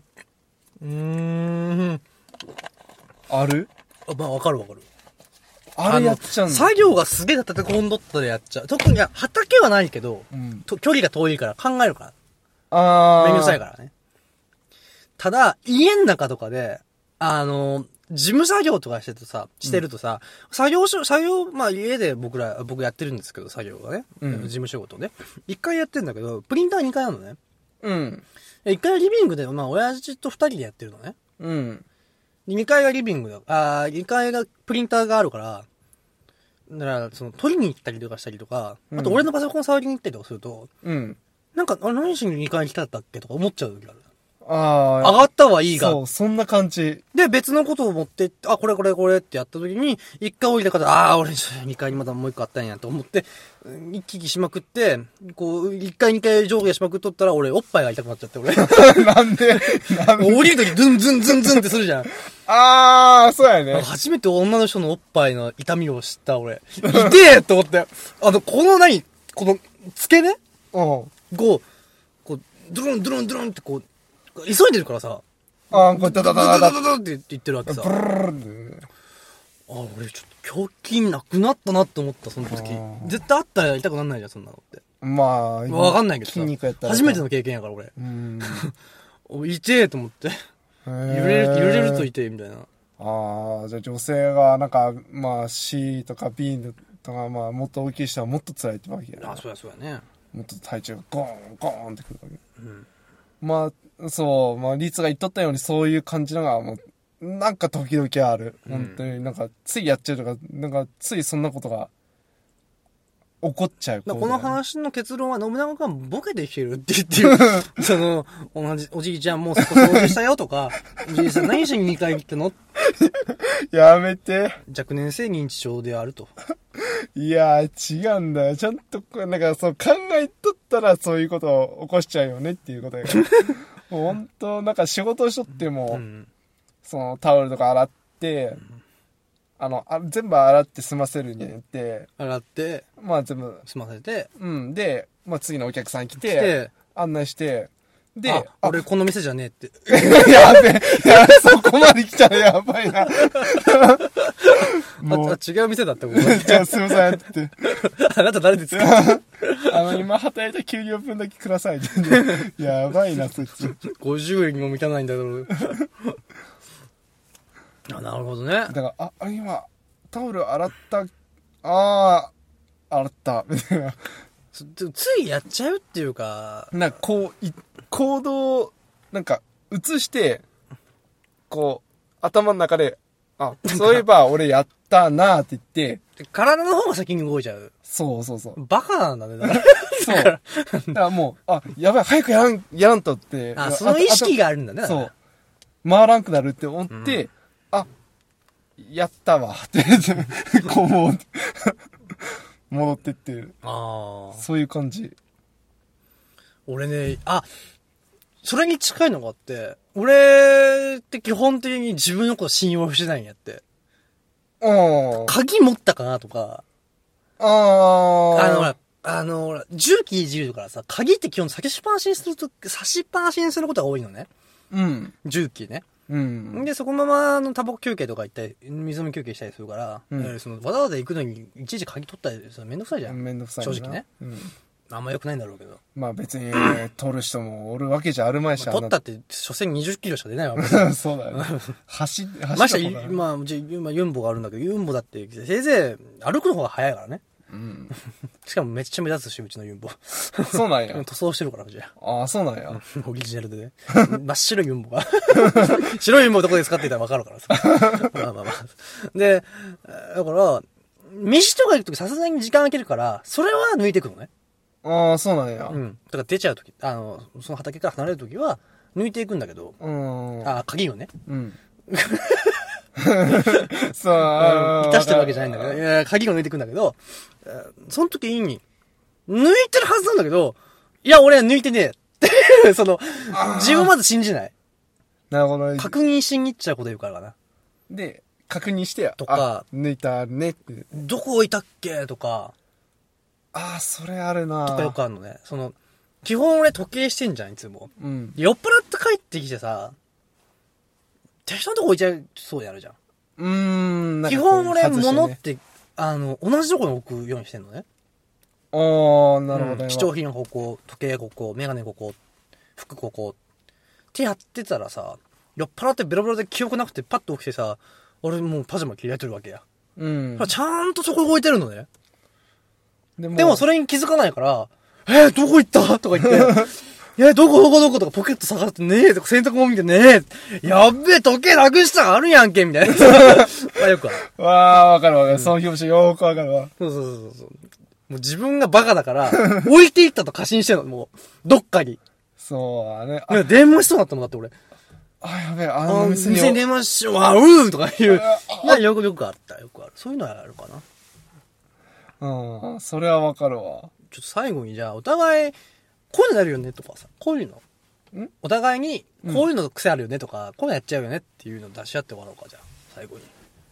ある？ まあ、わかる。 あれやっちゃうんだ。 作業がすげえ立て込んどったらやっちゃう。特に、畑はないけど、距離が遠いから考えるから。めんどくさいからね。ただ、家の中とかで、事務作業とかしてるとさ、作業、まあ家で僕やってるんですけど、作業がね。事務仕事ね。1回やってんだけど、プリンター2回あるのね。1回はリビングで、まあ親父と2人でやってるのね。2階がリビングだ。2階がプリンターがあるから、だから、取りに行ったりとかしたりとか、あと俺のパソコン触りに行ったりとかすると、なんか、何しに2階に来たんだっけとか思っちゃう時がある。上がったはいいが。 そう、そんな感じ。 で、別のことを持ってって、これってやった時に、1回降りた方、俺2階にまだもう1個あったんやと思って、一気にしまくって、こう、1回2回上下しまくっとったら、俺、おっぱいが痛くなっちゃって、俺。 なんで降りる時、ズンズンズンズンってするじゃん。 そうやね。 初めて女の人のおっぱいの痛みを知った、俺。痛えと思って。この付けねこう、ドゥルンドゥルンドゥルンってこう、急いでるからさ。 こう、ダダダダダって言ってるわけさ。俺ちょっと胸筋なくなったなって思った、その時。絶対あったら痛くなんないじゃん、そんなのって。 まあ、 わかんないけどさ。 筋肉やったら。 初めての経験やから、俺。痛えと思って。揺れると痛え、みたいな。 ああ、じゃあ女性がなんか、まあ C とか B とか、まあもっと大きい人はもっと辛いってわけやね。 あ、そうやそうやね。 もっと体重がゴーン、ゴーンってくるわけ。 うん。 まあ、そう、まあリツが言っとったようにそういう感じのがもう、なんか時々ある。本当になんかついやっちゃうとか、なんかついそんなことが起こっちゃう。 この話の結論は信長がボケてきてるって言ってる。その、おじいちゃんもうそこ掃除したよとか、おじいさん何しに2回行ったのやめて。 若年性認知症であると。 いやー、違うんだよ。ちゃんと、なんかそう考えとったらそういうことを起こしちゃうよねっていうことやから。もう本当なんか仕事しとっても、そのタオルとか洗って、全部洗って済ませるにって、 洗って、 まあ全部。 済ませて、 で、まあ次のお客さん来て、案内して、で、 俺この店じゃねえって。 やべえ。そこまで来たらやばいな。 もう違う店だったもん。 じゃあすいませんって。 あなた誰ですか今働いた給料分だけくださいって。やばいな、そいつ。 50円にも満たないんだろう。なるほどね。 だから、今、タオル洗った、洗った、みたいな。 ついやっちゃうっていうか、 なんか行動、なんか、映して、こう、頭の中で、そういえば俺やったなーって言って、 体の方が先に動いちゃう。 そう。 バカなんだね、だから。 そう。だからもう、やばい、早くやらんとって。 その意識があるんだね。 そう。回らんくなるって思って、やったわって、こう、戻ってってる。そういう感じ。 俺ね、それに近いのがあって、俺って基本的に自分のこと信用してないんやって。鍵持ったかなとか。ほら、重機いじるからさ、鍵って基本差しっぱなしにすることが多いのね。 うん。 重機ね。 うん。 で、そこのままタバコ休憩とか行ったり、水飲み休憩したりするから、わざわざ行くのにいちいち鍵取ったりするのめんどくさいじゃん。 めんどくさい。 正直ね。あんま良くないんだろうけど。 まあ別に、取る人もおるわけじゃあるまいし、 取ったって、所詮20キロしか出ないわけだ。そうだよね。走まして、今、ユンボがあるんだけど、ユンボだって、せいぜい歩くの方が早いからね。しかもめっちゃ目立つし、うちのユンボ。 そうなんや。 塗装してるから、じゃあ。そうなんや。 オリジナルでね。真っ白いユンボが。白いユンボどこで使っていたらわかるからさ。まあ。で、だから、飯とか行くときさすがに時間空けるから、それは抜いていくのね。 そうなんや。 だから出ちゃうとき、その畑から離れるときは、抜いていくんだけど、鍵をね。そう。出してるわけじゃないんだけど、いや、鍵を抜いていくんだけど、その時に、抜いてるはずなんだけど、いや、俺は抜いてねえ。ってその、自分まず信じない。 なるほど。 確認しに行っちゃうこと言うからかな。 で、確認してや。 とか、 抜いたねって。 どこ置いたっけとか。 それあるなとかよくあるのね。基本俺時計してんじゃん、いつも。酔っ払って帰ってきてさ、適当なとこ置いちゃうそうであるじゃん。基本俺物って、同じとこに置くようにしてんのね。 なるほどね。 貴重品ここ、時計ここ、メガネここ、服ここ。ってやってたらさ、酔っ払ってベロベロで記憶なくてパッと起きてさ、俺もうパジャマ着替えてるわけや。ちゃんとそこに置いてるのね。でもそれに気づかないから、どこ行ったとか言って、どことかポケット探してねえとか洗濯物見てねえやっべえ時計なくしたらあるやんけみたいな。よくある。 わかる。その表紙よーくわかるわ。 そう。もう自分がバカだから、置いていったと過信してるの、もう、どっかに。 そうね。 電話しそうだったもんだって俺。 やべえ、 店に電話しよう、とかいう。よくあった、よくある。そういうのはあるかな。それはわかるわ。 ちょっと最後にじゃあ、お互い、こういうのやるよねとかさ、こういうの。お互いに、こういうの癖あるよねとか、こういうのやっちゃうよねっていうのを出し合って終わろうか、じゃあ、最後に。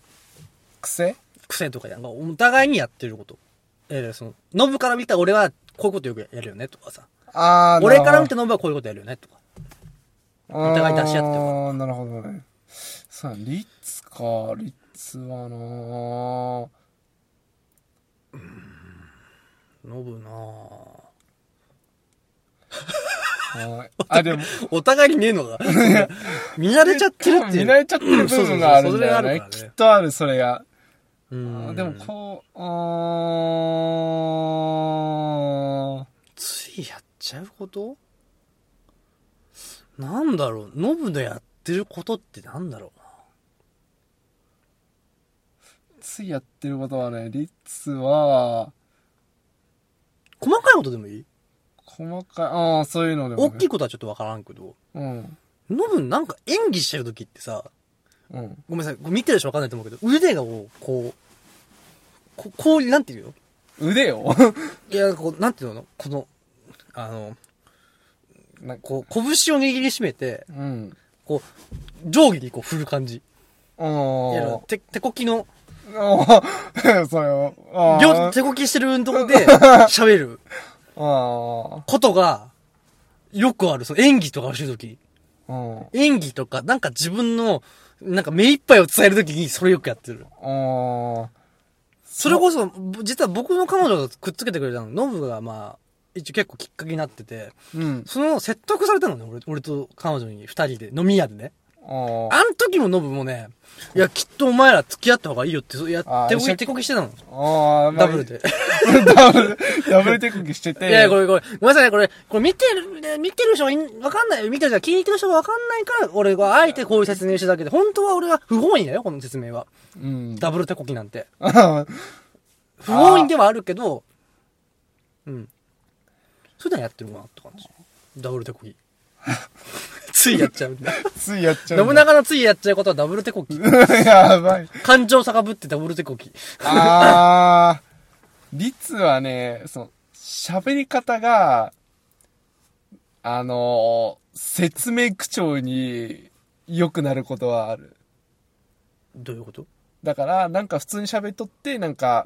癖とかお互いにやってること。ノブから見た俺は、こういうことよくやるよねとかさ。俺から見たノブはこういうことやるよねとか。お互い出し合ってなるほどね。さあ、リッツはノブでも、 お互いにねえのが。見慣れちゃってるっていう。 見慣れちゃってる部分があるんだよね。きっとある、それが。でも、 ついやっちゃうこと？なんだろう、ノブのやってることってなんだろうな。 ついやってることはね、リッツは、 細かいことでもいい？ 細かい、そういうのでも、 ね。大きいことはちょっとわからんけど。ノブなんか演技してる時ってさ、ごめんなさい、見てる人わかんないと思うけど、腕がこう、なんていうの？ 腕をいや、なんていうの？この、こう、拳を握りしめて、こう、上下にこう振る感じ。手こきの、 それを、 手こきしてるとこで喋ることがよくある。その演技とかしてるとき。演技とか、なんか自分の、なんか目いっぱいを伝えるときにそれよくやってる。それこそ、実は僕の彼女がくっつけてくれたの。ノブがまあ、一応結構きっかけになってて、その説得されたのね、俺と彼女に二人で、飲み屋でね。あの時もノブもね、いや、きっとお前ら付き合った方がいいよって、手こきしてたの。ダブルで。 ダブル手こきしてて。 いや、これ、ごめんなさいね、これ見てる人がわかんない。聞いてる人がわかんないから、俺があえてこういう説明してただけで、本当は俺は不本意だよ、この説明は。ダブル手こきなんて。不本意ではあるけど、普段やってるなって感じ。ダブル手こき。ついやっちゃうんだ。 ついやっちゃう。 信長のついやっちゃうことはダブル手こき。 やばい。 感情逆ぶってダブル手こき。 律はね、喋り方が、説明口調に良くなることはある。 どういうこと？ だから、なんか普通に喋っとって、なんか、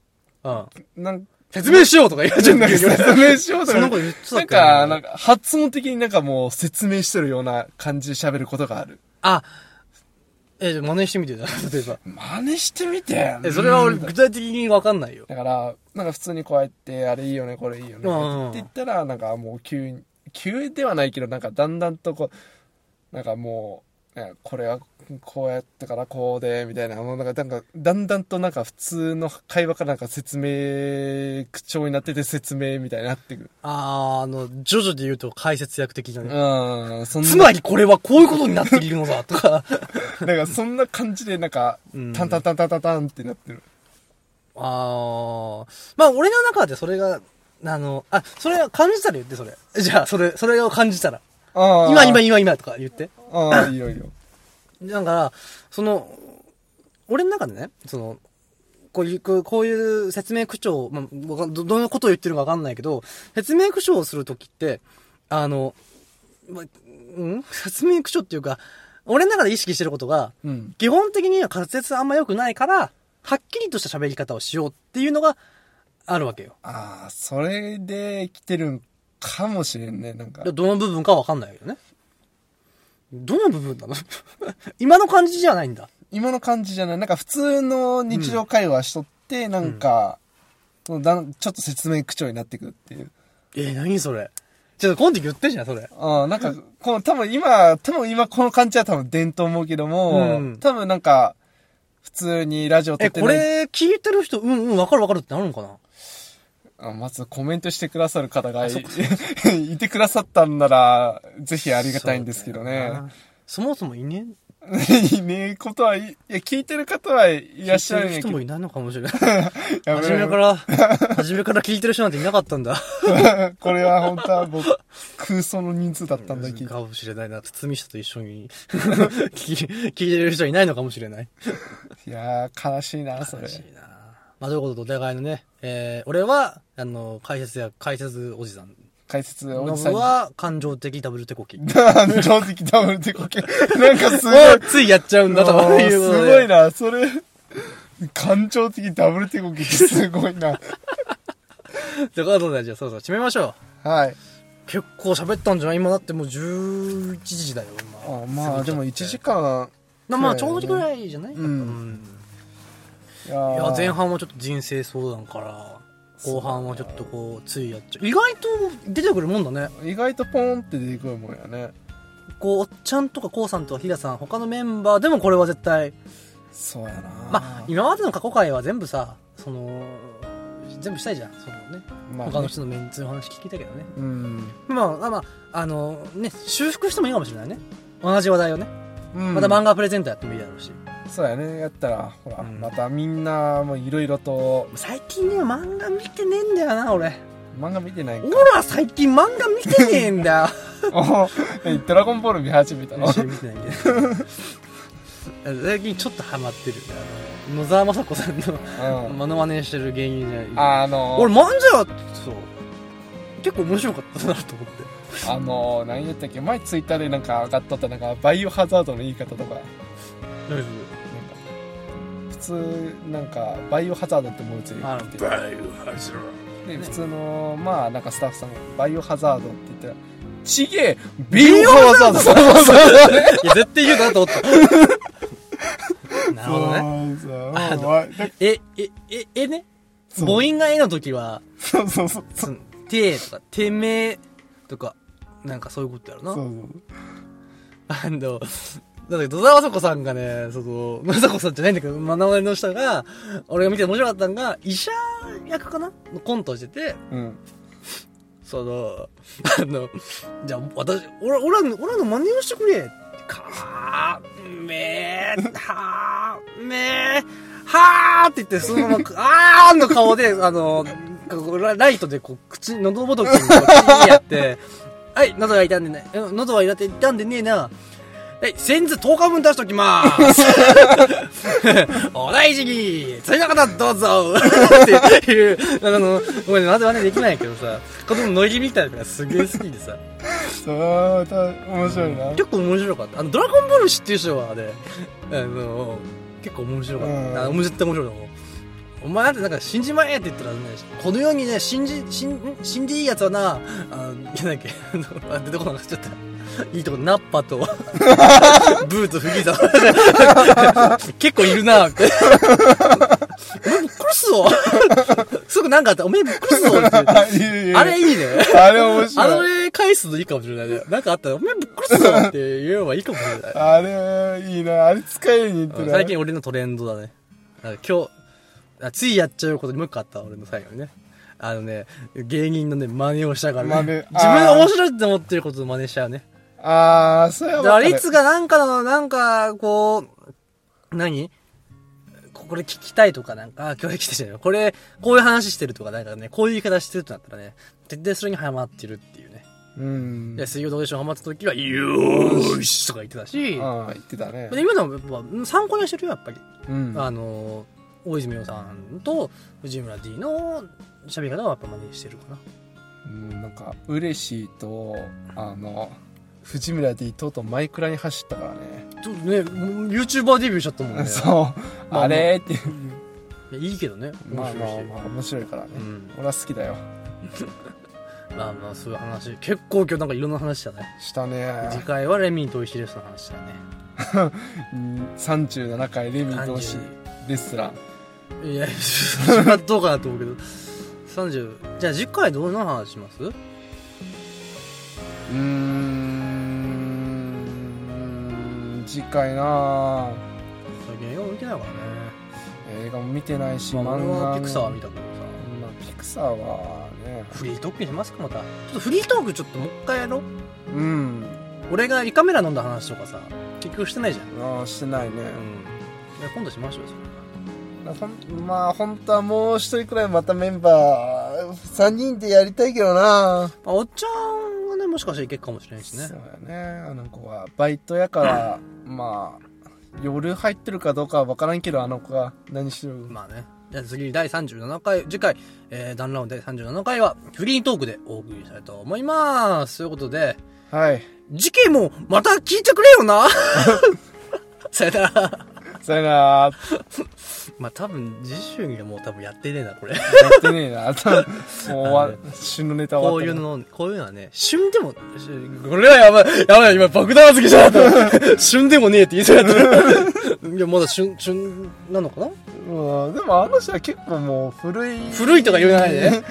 説明しようとか言われちゃうんだけど。 説明しようとか。 その子言ってたっけな。 なんか、発音的になんかもう説明してるような感じで喋ることがある。 真似してみてよ、例えば。 真似してみて。 それは俺具体的にわかんないよ。 だから、なんか普通にこうやって、あれいいよね、これいいよね。って言ったら、なんかもう急ではないけど、なんかだんだんとこう、なんかもう、これはこうやってからこうで、みたいな、もうなんか、だんだんとなんか普通の会話からなんか説明口調になってて説明みたいになってくる。 ジョジョで言うと解説役的なね。 つまりこれはこういうことになっているのだ、とか。 だからそんな感じでなんか、タンタンタンタンタンタンってなってる。 まあ俺の中でそれが、それは感じたら言って、それ。じゃあ、それを感じたら。今とか言って。 いいよいいよ。 だから、俺の中でね、こういう説明口調、どのことを言ってるかわかんないけど、説明口調をするときって、説明口調っていうか、俺の中で意識してることが、基本的には滑舌あんま良くないから、はっきりとした喋り方をしようっていうのがあるわけよ。 それで来てるんかもしれんね、なんか。 どの部分かわかんないけどね。どの部分なの今の感じじゃないんだ。 今の感じじゃない。なんか普通の日常会話しとって、なんか、ちょっと説明口調になってくるっていう。 何それ。ちょっと今度言ってんじゃん、それ。 なんか、多分今この感じは多分伝統思うけども、多分なんか、普通にラジオ撮ってない。 これ聞いてる人、わかるってなるのかな？ まずコメントしてくださる方がいてくださったんなら、ぜひありがたいんですけどね。 そもそもいねいねえことは、聞いてる方はいらっしゃる人もいないのかもしれない。初めから聞いてる人なんていなかったんだ。 これは本当は空想の人数だったんだけど。 かもしれないな。堤下と一緒に聞いてる人はいないのかもしれない。 いやー、悲しいな、それ。 悲しいな。ということで、お互いのね、俺は、解説おじさん。 解説おじさん。 ノブは、感情的ダブル手こき。 感情的ダブル手こき。なんかすごい。 ついやっちゃうんだということで。 すごいな、それ。感情的ダブル手こきってすごいな。 ということで、じゃあそろそろ締めましょう。はい。 結構喋ったんじゃない？今だってもう11時だよ、 今。でも1時間。 ちょうどぐらいじゃない？いや、前半はちょっと人生相談から。 後半はちょっとこうついやっちゃう。意外と出てくるもんだね。 意外とポンって出てくるもんやね。 こうおっちゃんとかこうさんとかひださん他のメンバーでもこれは絶対そうやな。 まあ今までの過去回は全部さ全部したいじゃんそのね、まあ、ね他の人のメンツの話聞いたけどね。まあね修復してもいいかもしれないね。同じ話題をね、また漫画プレゼントやってもいいだろうし。 そうやね。やったらほら、またみんなもいろいろと最近ね漫画見てねえんだよな俺。 漫画見てないんか。 俺は最近漫画見てねえんだよドラゴンボール見始めたの？見てない最近ちょっとハマってる野沢雅子さんのモノマネしてる芸人じゃない。俺漫才はそう結構面白かったなと思って。 何言ったっけ、前ツイッターでなんか上がっとったなんかバイオハザードの言い方とか。普通なんかバイオハザードって思うついてバイオハザードで、普通のまあなんかスタッフさんがバイオハザードって言ったらちげえビオハザードいや絶対言うかなと思ったなるほどね。ね母音がの時はそうてとかてめとかなんかそういうことやろな。だって野沢雅子さんがね、雅子さんじゃないんだけど、名前の人が、俺が見て面白かったのが、医者役かなのコントをしてて、じゃあ俺の真似をしてくれかーめーはーめーはーって言って、そのまま、あーの顔で、ライトでこう、喉元にこう、口にやって、はい、喉が痛んでね、喉は痛んでねえな。はい、先日10日分出しときまーすお大事に次の方どうぞっていう、ごめん、まだできないけどさ、このノリみたいなのがすげえ好きでさ。 そう、面白いな。 結構面白かった。ドラゴンボール知ってる人はね、結構面白かった。絶対面白いと思う。お前なんてなんか死んじまえって言ったらね、この世にね、死んでいいやつはな、なんだっけ、出てこなくなっちゃった。いいとこ、ナッパと、ブーとフギザ。結構いるなって。お前ぶっ殺すぞすぐなんかあったら、お前ぶっ殺すぞって。あれいいね。 あれ面白い。 あれ返すのいいかもしれないね。なんかあったら、お前ぶっ殺すぞって言えばいいかもしれない。 あれ、いいな。あれ使いに行ってない。 最近俺のトレンドだね。今日、ついやっちゃうことにもう一個あった、俺の最後にね。芸人のね、真似をしたからね。自分が面白いって思ってることを真似しちゃうね。 そうやわ。 いつがなんか、こう、これ聞きたいとかなんか、今日来てじゃない。こういう話してるとか、なんかね、こういう言い方してるとなったらね、徹底それにハマってるっていうね。で、水曜どうでしょうハマった時は、よーしとか言ってたし。 言ってたね。 今のも参考にはしてるよ、やっぱり。大泉洋さんと藤村 D の喋り方はやっぱ真似してるかな。 なんか、嬉しいと、藤村 D とうとうマイクラに走ったからね。 ちょっとね、YouTuber デビューしちゃったもんね。 そう。あれっていう。 いいけどね。 まあ面白いからね。俺は好きだよ。 まあそういう話。結構今日なんかいろんな話したね。 したね。 次回はレミーと石レスの話だね。 37回レミーと石レスラン。いや、どうかなと思うけど。30。じゃあ次回どんな話します？ 次回な最近映画も見てないからね。 映画も見てないし、 漫画はピクサー見たけどさ。 ピクサーはね、 フリートークにしますかまた。ちょっとフリートークちょっともう一回やろう。俺が胃カメラ飲んだ話とかさ、結局してないじゃん。 してないね。 今度しましょうそれ。 まあ本当はもう一人くらいまたメンバー3人でやりたいけどな。 おっちゃんはねもしかしたらいけるかもしれないしね。 そうやね。あの子はバイトやからまあ夜入ってるかどうかは分からんけど、あの子が何してる。 まあね。じゃあ次第37回次回、ダンラウンド第37回はフリートークでお送りしたいと思います。ということで、 はい。 次回もまた聞いてくれよな。さよなら。 さよなら。 まあ多分次週にはもう多分やってねえなこれ。 やってねえな。もう旬のネタ終わった。 こういうのはね、旬でも、これはやばい、今爆弾付けしちゃった。旬でもねえって言いそうやった。いや、まだ旬なのかな？ うん、でもあの人は結構もう古いとか言わないでね。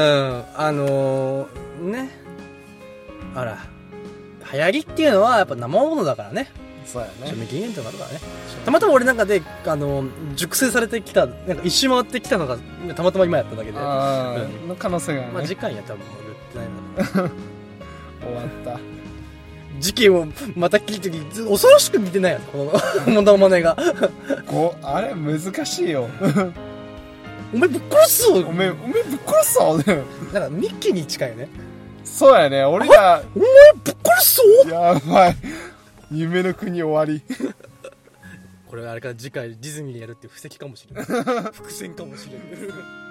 ね。あら。流行りっていうのはやっぱ生ものだからね。 そうやね。 賞味期限とかあるからね。たまたま俺なんかで、熟成されてきた、なんか一周回ってきたのが、たまたま今やっただけで。 の可能性がね。 まあ次回には多分言ってないんだろう。 終わった。 事件をまた聞いて恐ろしく似てないよ、このモノマネが。 あれ難しいよ。 お前ぶっ殺すぞ。 お前ぶっ殺すぞ。 なんかミッキーに近いよね。 そうやね、俺が。 お前ぶっ殺すぞ。 やばい。夢の国終わり。 これはあれから次回ディズニーでやるっていう布石かもしれない。伏線かもしれない。